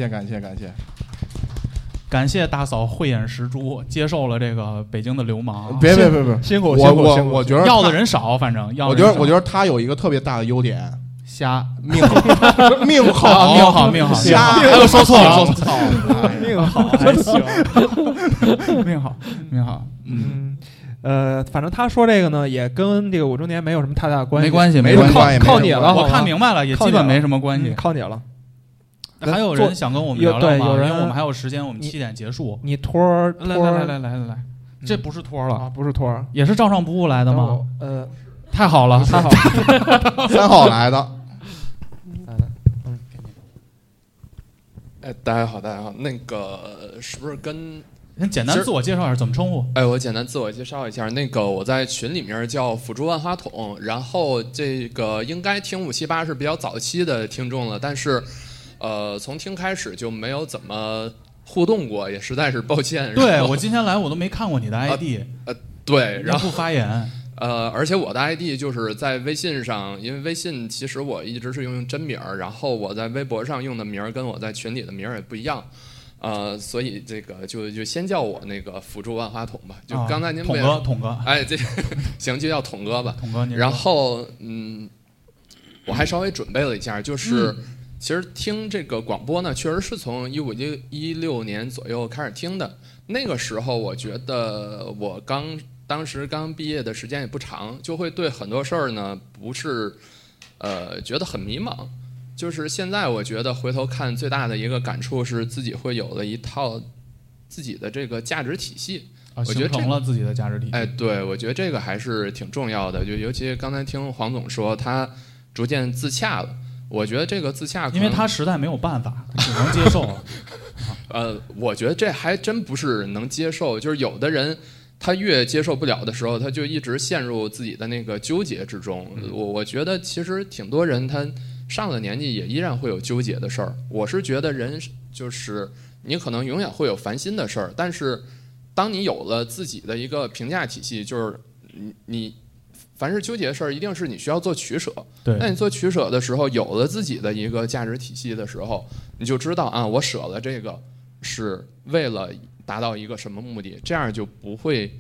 感谢大嫂慧眼识珠，接受了这个北京的流氓。 别， 辛苦。 我觉得要的人少，反正我觉得他有一个特别大的优点， 瞎命好， 瞎还有说错了， 命好还行， 命好， 反正他说这个呢，也跟这个5周年没有什么太大的关系， 没关系， 靠你了。 我看明白了，也基本没什么关系， 靠你了。 还有人想跟我们聊聊吗？ 有人， 因为我们还有时间，我们7点结束。 你托来，这不是托了啊，不是托， 也是照常不误来的吗？ 太好了 ，3号来的。 大家好，那个是不是跟先简单自我介绍一下，怎么称呼？ 我简单自我介绍一下，那个我在群里面叫辅助万花筒，然后这个应该听578是比较早期的听众了，但是从听开始就没有怎么互动过，也实在是抱歉。 对，我今天来我都没看过你的 ID， 对，然后不发言。 而且我的 ID 就是在微信上，因为微信其实我一直是用真名，然后我在微博上用的名跟我在群里的名也不一样，所以这个就先叫我那个辅助万花筒吧。就刚才您筒哥， 哎，这行就叫筒哥吧。 筒哥， 然后我还稍微准备了一下，就是其实听这个广播呢，确实是从1516年左右开始听的。那个时候我觉得我当时刚毕业的时间也不长，就会对很多事儿呢不是觉得很迷茫。就是现在我觉得回头看最大的一个感触是自己会有了一套自己的这个价值体系。我觉得形成了自己的价值体系。 哎，对，我觉得这个还是挺重要的。就尤其刚才听黄总说他逐渐自洽了，我觉得这个自洽因为他实在没有办法，他只能接受了。 我觉得这还真不是能接受，就是有的人他越接受不了的时候，他就一直陷入自己的那个纠结之中。我觉得其实挺多人他上了年纪也依然会有纠结的事儿。我是觉得人就是你可能永远会有烦心的事儿，但是当你有了自己的一个评价体系，就是你凡是纠结的事儿，一定是你需要做取舍。 对， 那你做取舍的时候，有了自己的一个价值体系的时候，你就知道啊，我舍了这个是为了达到一个什么目的，这样就不会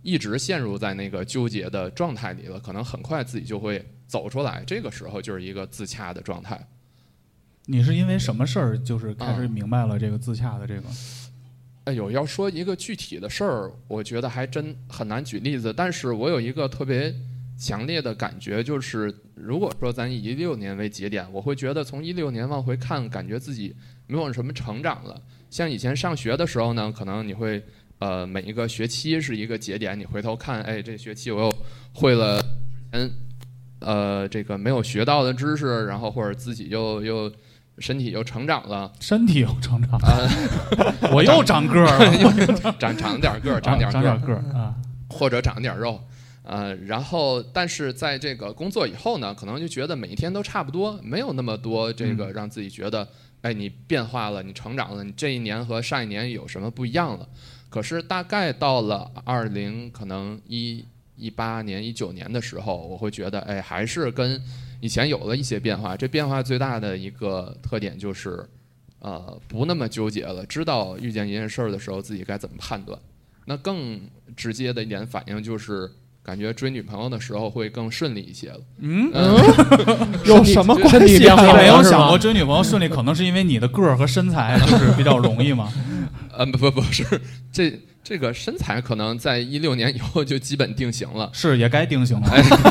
一直陷入在那个纠结的状态里了，可能很快自己就会走出来，这个时候就是一个自洽的状态。 你是因为什么事儿就是开始明白了这个自洽的这个？ 哎呦，要说一个具体的事儿，我觉得还真很难举例子。但是我有一个特别强烈的感觉，就是如果说咱以16年为节点，我会觉得从16年往回看，感觉自己没有什么成长了。像以前上学的时候呢，可能你会每一个学期是一个节点，你回头看，哎，这学期我又会了这个没有学到的知识，然后或者自己又身体又成长了， 身体又成长我又长个儿了， 长点个儿，长点个儿啊，或者长点肉，然后但是在这个工作以后呢，可能就觉得每一天都差不多，没有那么多这个让自己觉得，哎，你变化了，你成长了，你这一年和上一年有什么不一样了？可是大概到了可能18年、19年的时候，我会觉得，哎，还是跟以前有了一些变化。这变化最大的一个特点就是，不那么纠结了，知道遇见一件事儿的时候自己该怎么判断。那更直接的一点反应就是，感觉追女朋友的时候会更顺利一些了。 有什么关系？ 没有想过追女朋友顺利，可能是因为你的个儿和身材就是比较容易吗？ 不是，这个身材可能在16年以后就基本定型了， 是也该定型了。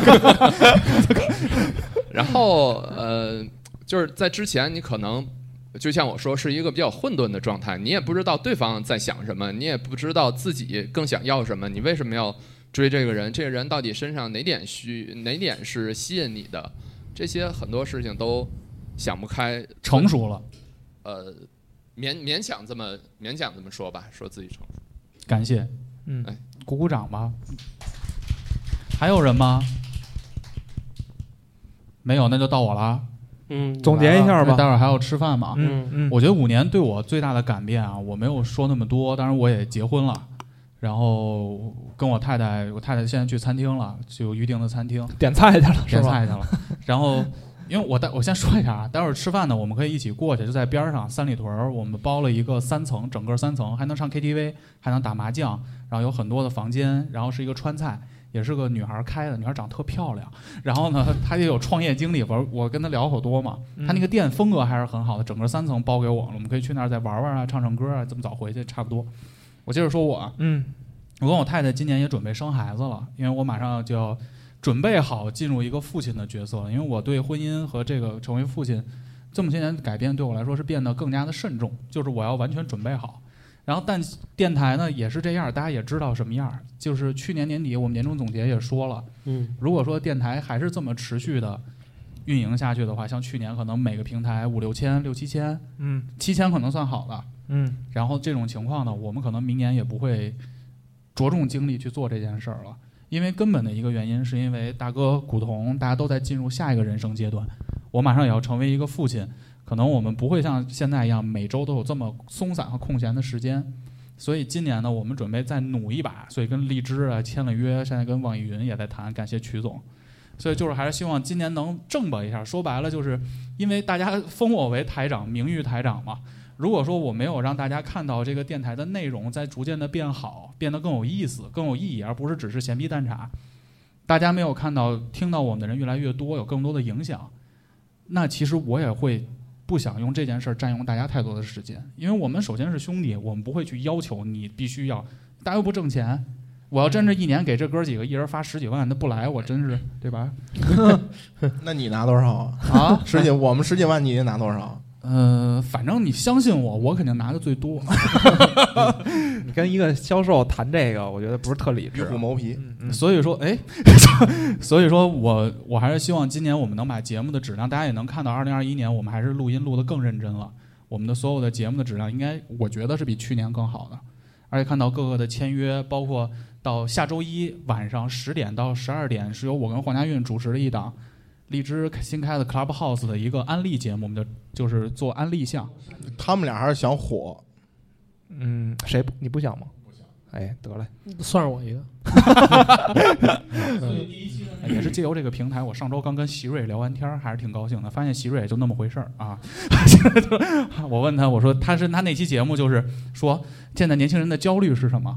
然后就是在之前你可能就像我说是一个比较混沌的状态，你也不知道对方在想什么，你也不知道自己更想要什么，你为什么要追这个人？这个人到底身上哪点是吸引你的？这些很多事情都想不开， 成熟了。 勉强这么说吧，说自己成熟。 感谢，鼓鼓掌吧。还有人吗？没有，那就到我了。 总结一下吧。 待会儿还要吃饭嘛。我觉得5年对我最大的改变啊，我没有说那么多。当然我也结婚了，然后跟我太太现在去餐厅了，就有预定的餐厅点菜去了， 点菜去了。然后因为我先说一下啊，待会儿吃饭呢，我们可以一起过去，就在边上三里屯，我们包了一个3层，整个3层，还能上 KTV， 还能打麻将，然后有很多的房间，然后是一个川菜，也是个女孩开的，女孩长得特漂亮。然后呢，她也有创业经历，我跟她聊好多嘛。她那个店风格还是很好的，整个3层包给我了，我们可以去那儿再玩玩啊，唱唱歌啊，这么早回去差不多。我接着说我，我跟我太太今年也准备生孩子了，因为我马上就要准备好进入一个父亲的角色了，因为我对婚姻和这个成为父亲这么些年改变对我来说是变得更加的慎重，就是我要完全准备好。然后但电台呢也是这样，大家也知道什么样，就是去年年底我们年终总结也说了，如果说电台还是这么持续的运营下去的话，像去年可能每个平台5、6千、6、7千，7千可能算好了，然后这种情况呢，我们可能明年也不会着重精力去做这件事儿了。因为根本的一个原因是因为大哥古潼大家都在进入下一个人生阶段，我马上也要成为一个父亲，可能我们不会像现在一样每周都有这么松散和空闲的时间，所以今年呢我们准备再努一把，所以跟荔枝啊签了约，现在跟网易云也在谈，感谢曲总。所以就是还是希望今年能正吧一下，说白了就是因为大家封我为台长，名誉台长嘛，如果说我没有让大家看到这个电台的内容在逐渐的变好，变得更有意思更有意义，而不是只是闲皮蛋茶，大家没有看到听到我们的人越来越多，有更多的影响，那其实我也会不想用这件事占用大家太多的时间。因为我们首先是兄弟，我们不会去要求你必须要，大家又不挣钱，我要真是一年给这哥几个一人发10几万，那不来我真是对吧？ 那你拿多少啊？我们10几万，你得拿多少？ 反正你相信我，我肯定拿的最多。 你跟一个销售谈这个，我觉得不是特理智， 虎谋皮。 所以说，所以说我还是希望今年我们能把节目的质量，大家也能看到，2021年我们还是录音录得更认真了。我们的所有的节目的质量，应该我觉得是比去年更好的。而且看到各个的签约，包括到下周一晚上10点到12点，是由我跟黄家韵主持的一档荔枝新开的 Clubhouse 的一个安利节目，我们就是做安利项。 他们俩还是想火， 你不想吗？哎，得嘞， 算是我一个。 所以第一期也是借由这个平台，我上周刚跟席瑞聊完天，还是挺高兴的，发现席瑞也就那么回事儿啊。我问他，我说他那期节目就是说现在年轻人的焦虑是什么？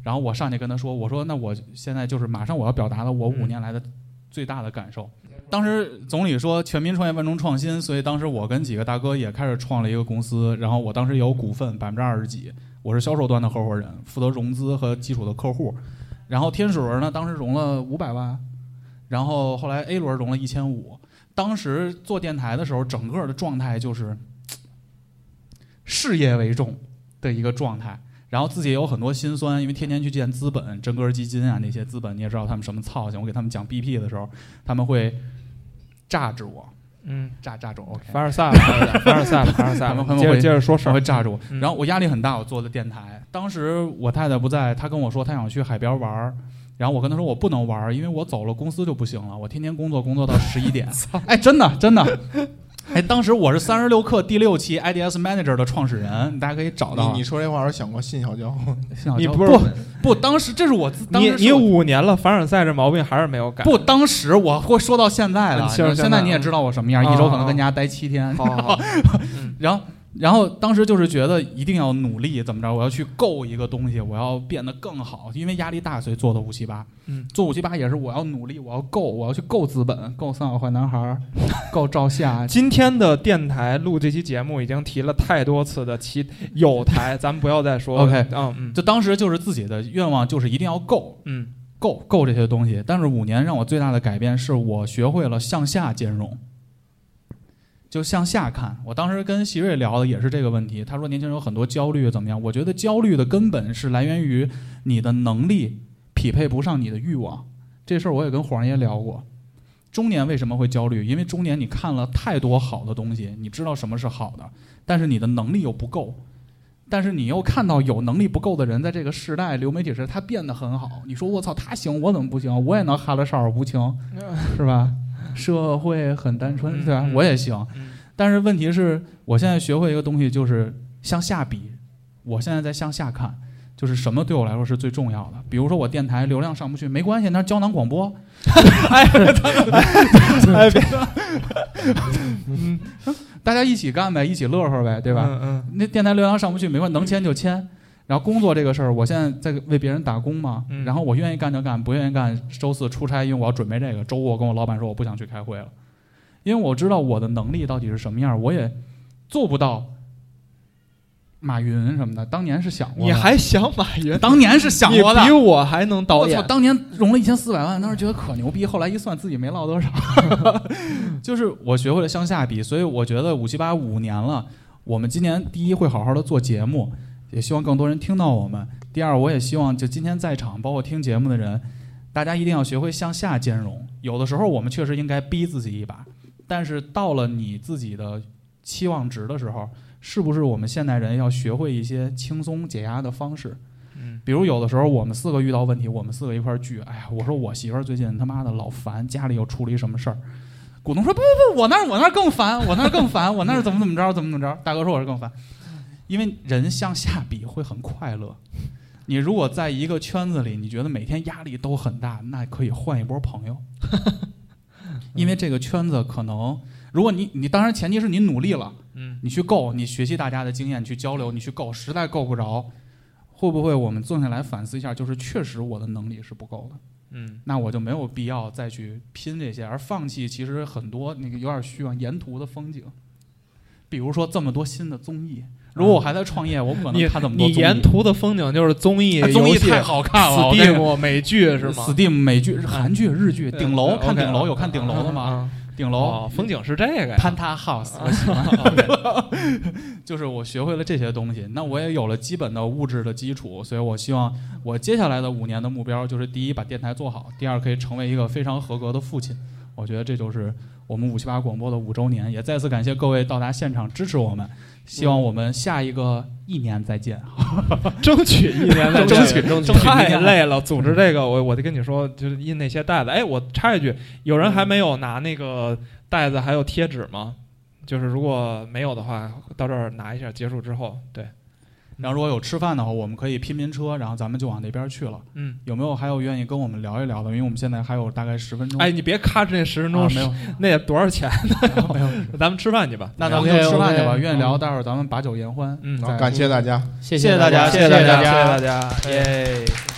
然后我上去跟他说，我说那我现在就是马上我要表达了我5年来的最大的感受。当时总理说全民创业万众创新，所以当时我跟几个大哥也开始创了一个公司，然后我当时有股份20%几，我是销售端的合伙人，负责融资和基础的客户。然后天使轮呢，当时融了500万，然后后来 A 轮融了1500。当时做电台的时候，整个的状态就是事业为重的一个状态，然后自己也有很多心酸，因为天天去见资本、真格基金啊那些资本，你也知道他们什么操性。我给他们讲 BP 的时候，他们会榨着我，榨着 OK， 凡尔赛了，他们会接着说事儿， 会榨着我。然后我压力很大，我做的电台，当时我太太不在，她跟我说她想去海边玩。然后我跟他说我不能玩，因为我走了公司就不行了，我天天工作到11点。哎，真的。哎，当时我是36氪第6期 IDS Manager 的创始人，大家可以找到。 你说这话时候想过信小娇吗？ 你不，当时这是我你5年了，凡尔赛这毛病还是没有改。 不，当时我会说到现在了，现在你也知道我什么样，一周可能跟家待7天。 好然后当时就是觉得一定要努力，怎么着？我要去够一个东西，我要变得更好，因为压力大，所以做的578。做578也是我要努力，我要够，我要去够资本，够三好坏男孩，够照下。 今天的电台录这期节目已经提了太多次的有台，咱们不要再说。 OK， 就当时就是自己的愿望就是一定要够，够这些东西。但是5年让我最大的改变是我学会了向下兼容。就向下看，我当时跟席瑞聊的也是这个问题。他说年轻人有很多焦虑怎么样？我觉得焦虑的根本是来源于你的能力匹配不上你的欲望。这事儿我也跟黄爷聊过。中年为什么会焦虑？因为中年你看了太多好的东西，你知道什么是好的，但是你的能力又不够。但是你又看到有能力不够的人在这个时代，流媒体时代他变得很好。你说我操，他行，我怎么不行？我也能哈了少儿无情，是吧？社会很单纯，对吧？我也行，但是问题是我现在学会一个东西，就是向下比。我现在在向下看，就是什么对我来说是最重要的。比如说我电台流量上不去，没关系，那胶囊广播。大家一起干呗，一起乐呵呗，对吧？那电台流量上不去没关系，能签就签。然后工作这个事儿，我现在在为别人打工嘛，然后我愿意干就干，不愿意干周4出差，因为我要准备这个。周5我跟我老板说我不想去开会了，因为我知道我的能力到底是什么样，我也做不到马云什么的。当年是想过的， 你还想马云？ 当年是想过的， 你比我还能导演。 我操，当年融了1400万，当时觉得可牛逼，后来一算自己没落多少。就是我学会了向下比，所以我觉得578 5年了，我们今年第一会好好的做节目。也希望更多人听到我们。第二，我也希望就今天在场，包括听节目的人，大家一定要学会向下兼容。有的时候我们确实应该逼自己一把，但是到了你自己的期望值的时候，是不是我们现代人要学会一些轻松解压的方式？比如有的时候我们4个遇到问题，我们4个一块聚，哎呀，我说我媳妇儿最近他妈的老烦，家里又处理什么事儿。股东说不，我那儿更烦，我那儿更烦，我那儿怎么着。大哥说我是更烦。因为人向下比会很快乐，你如果在一个圈子里，你觉得每天压力都很大，那可以换一波朋友。因为这个圈子可能，如果你当然前提是你努力了，你去够，你学习大家的经验去交流，你去够，实在够不着，会不会我们坐下来反思一下，就是确实我的能力是不够的，那我就没有必要再去拼这些，而放弃其实很多那个有点虚妄沿途的风景，比如说这么多新的综艺。如果我还在创业，我可能看这么多综艺。 你沿途的风景就是综艺太好看了 ，Steam 美剧是吗 ？Steam 美剧、韩剧、日剧，顶楼看顶楼有看顶楼的吗？顶楼风景是这个呀 ，Penthouse 我喜欢。就是我学会了这些东西，那我也有了基本的物质的基础，所以我希望我接下来的5年的目标就是：第一，把电台做好；第二，可以成为一个非常合格的父亲。我觉得这就是我们578广播的5周年，也再次感谢各位到达现场支持我们。希望我们下一个1年再见， 争取1年再见， 争取太累了。组织这个，我得跟你说，就是印那些袋子。哎，我插一句，有人还没有拿那个袋子还有贴纸吗？就是如果没有的话，到这儿拿一下，结束之后，对。 然后如果有吃饭的话，我们可以拼车，然后咱们就往那边去了。有没有还有愿意跟我们聊一聊的？因为我们现在还有大概10分钟。 哎，你别咔哧那10分钟， 没有， 那也多少钱呢？ 没有， 咱们吃饭去吧。 那咱们就吃饭去吧。愿意聊，待会儿咱们把酒言欢。 好，感谢大家， 谢谢大家， 谢谢大家，耶。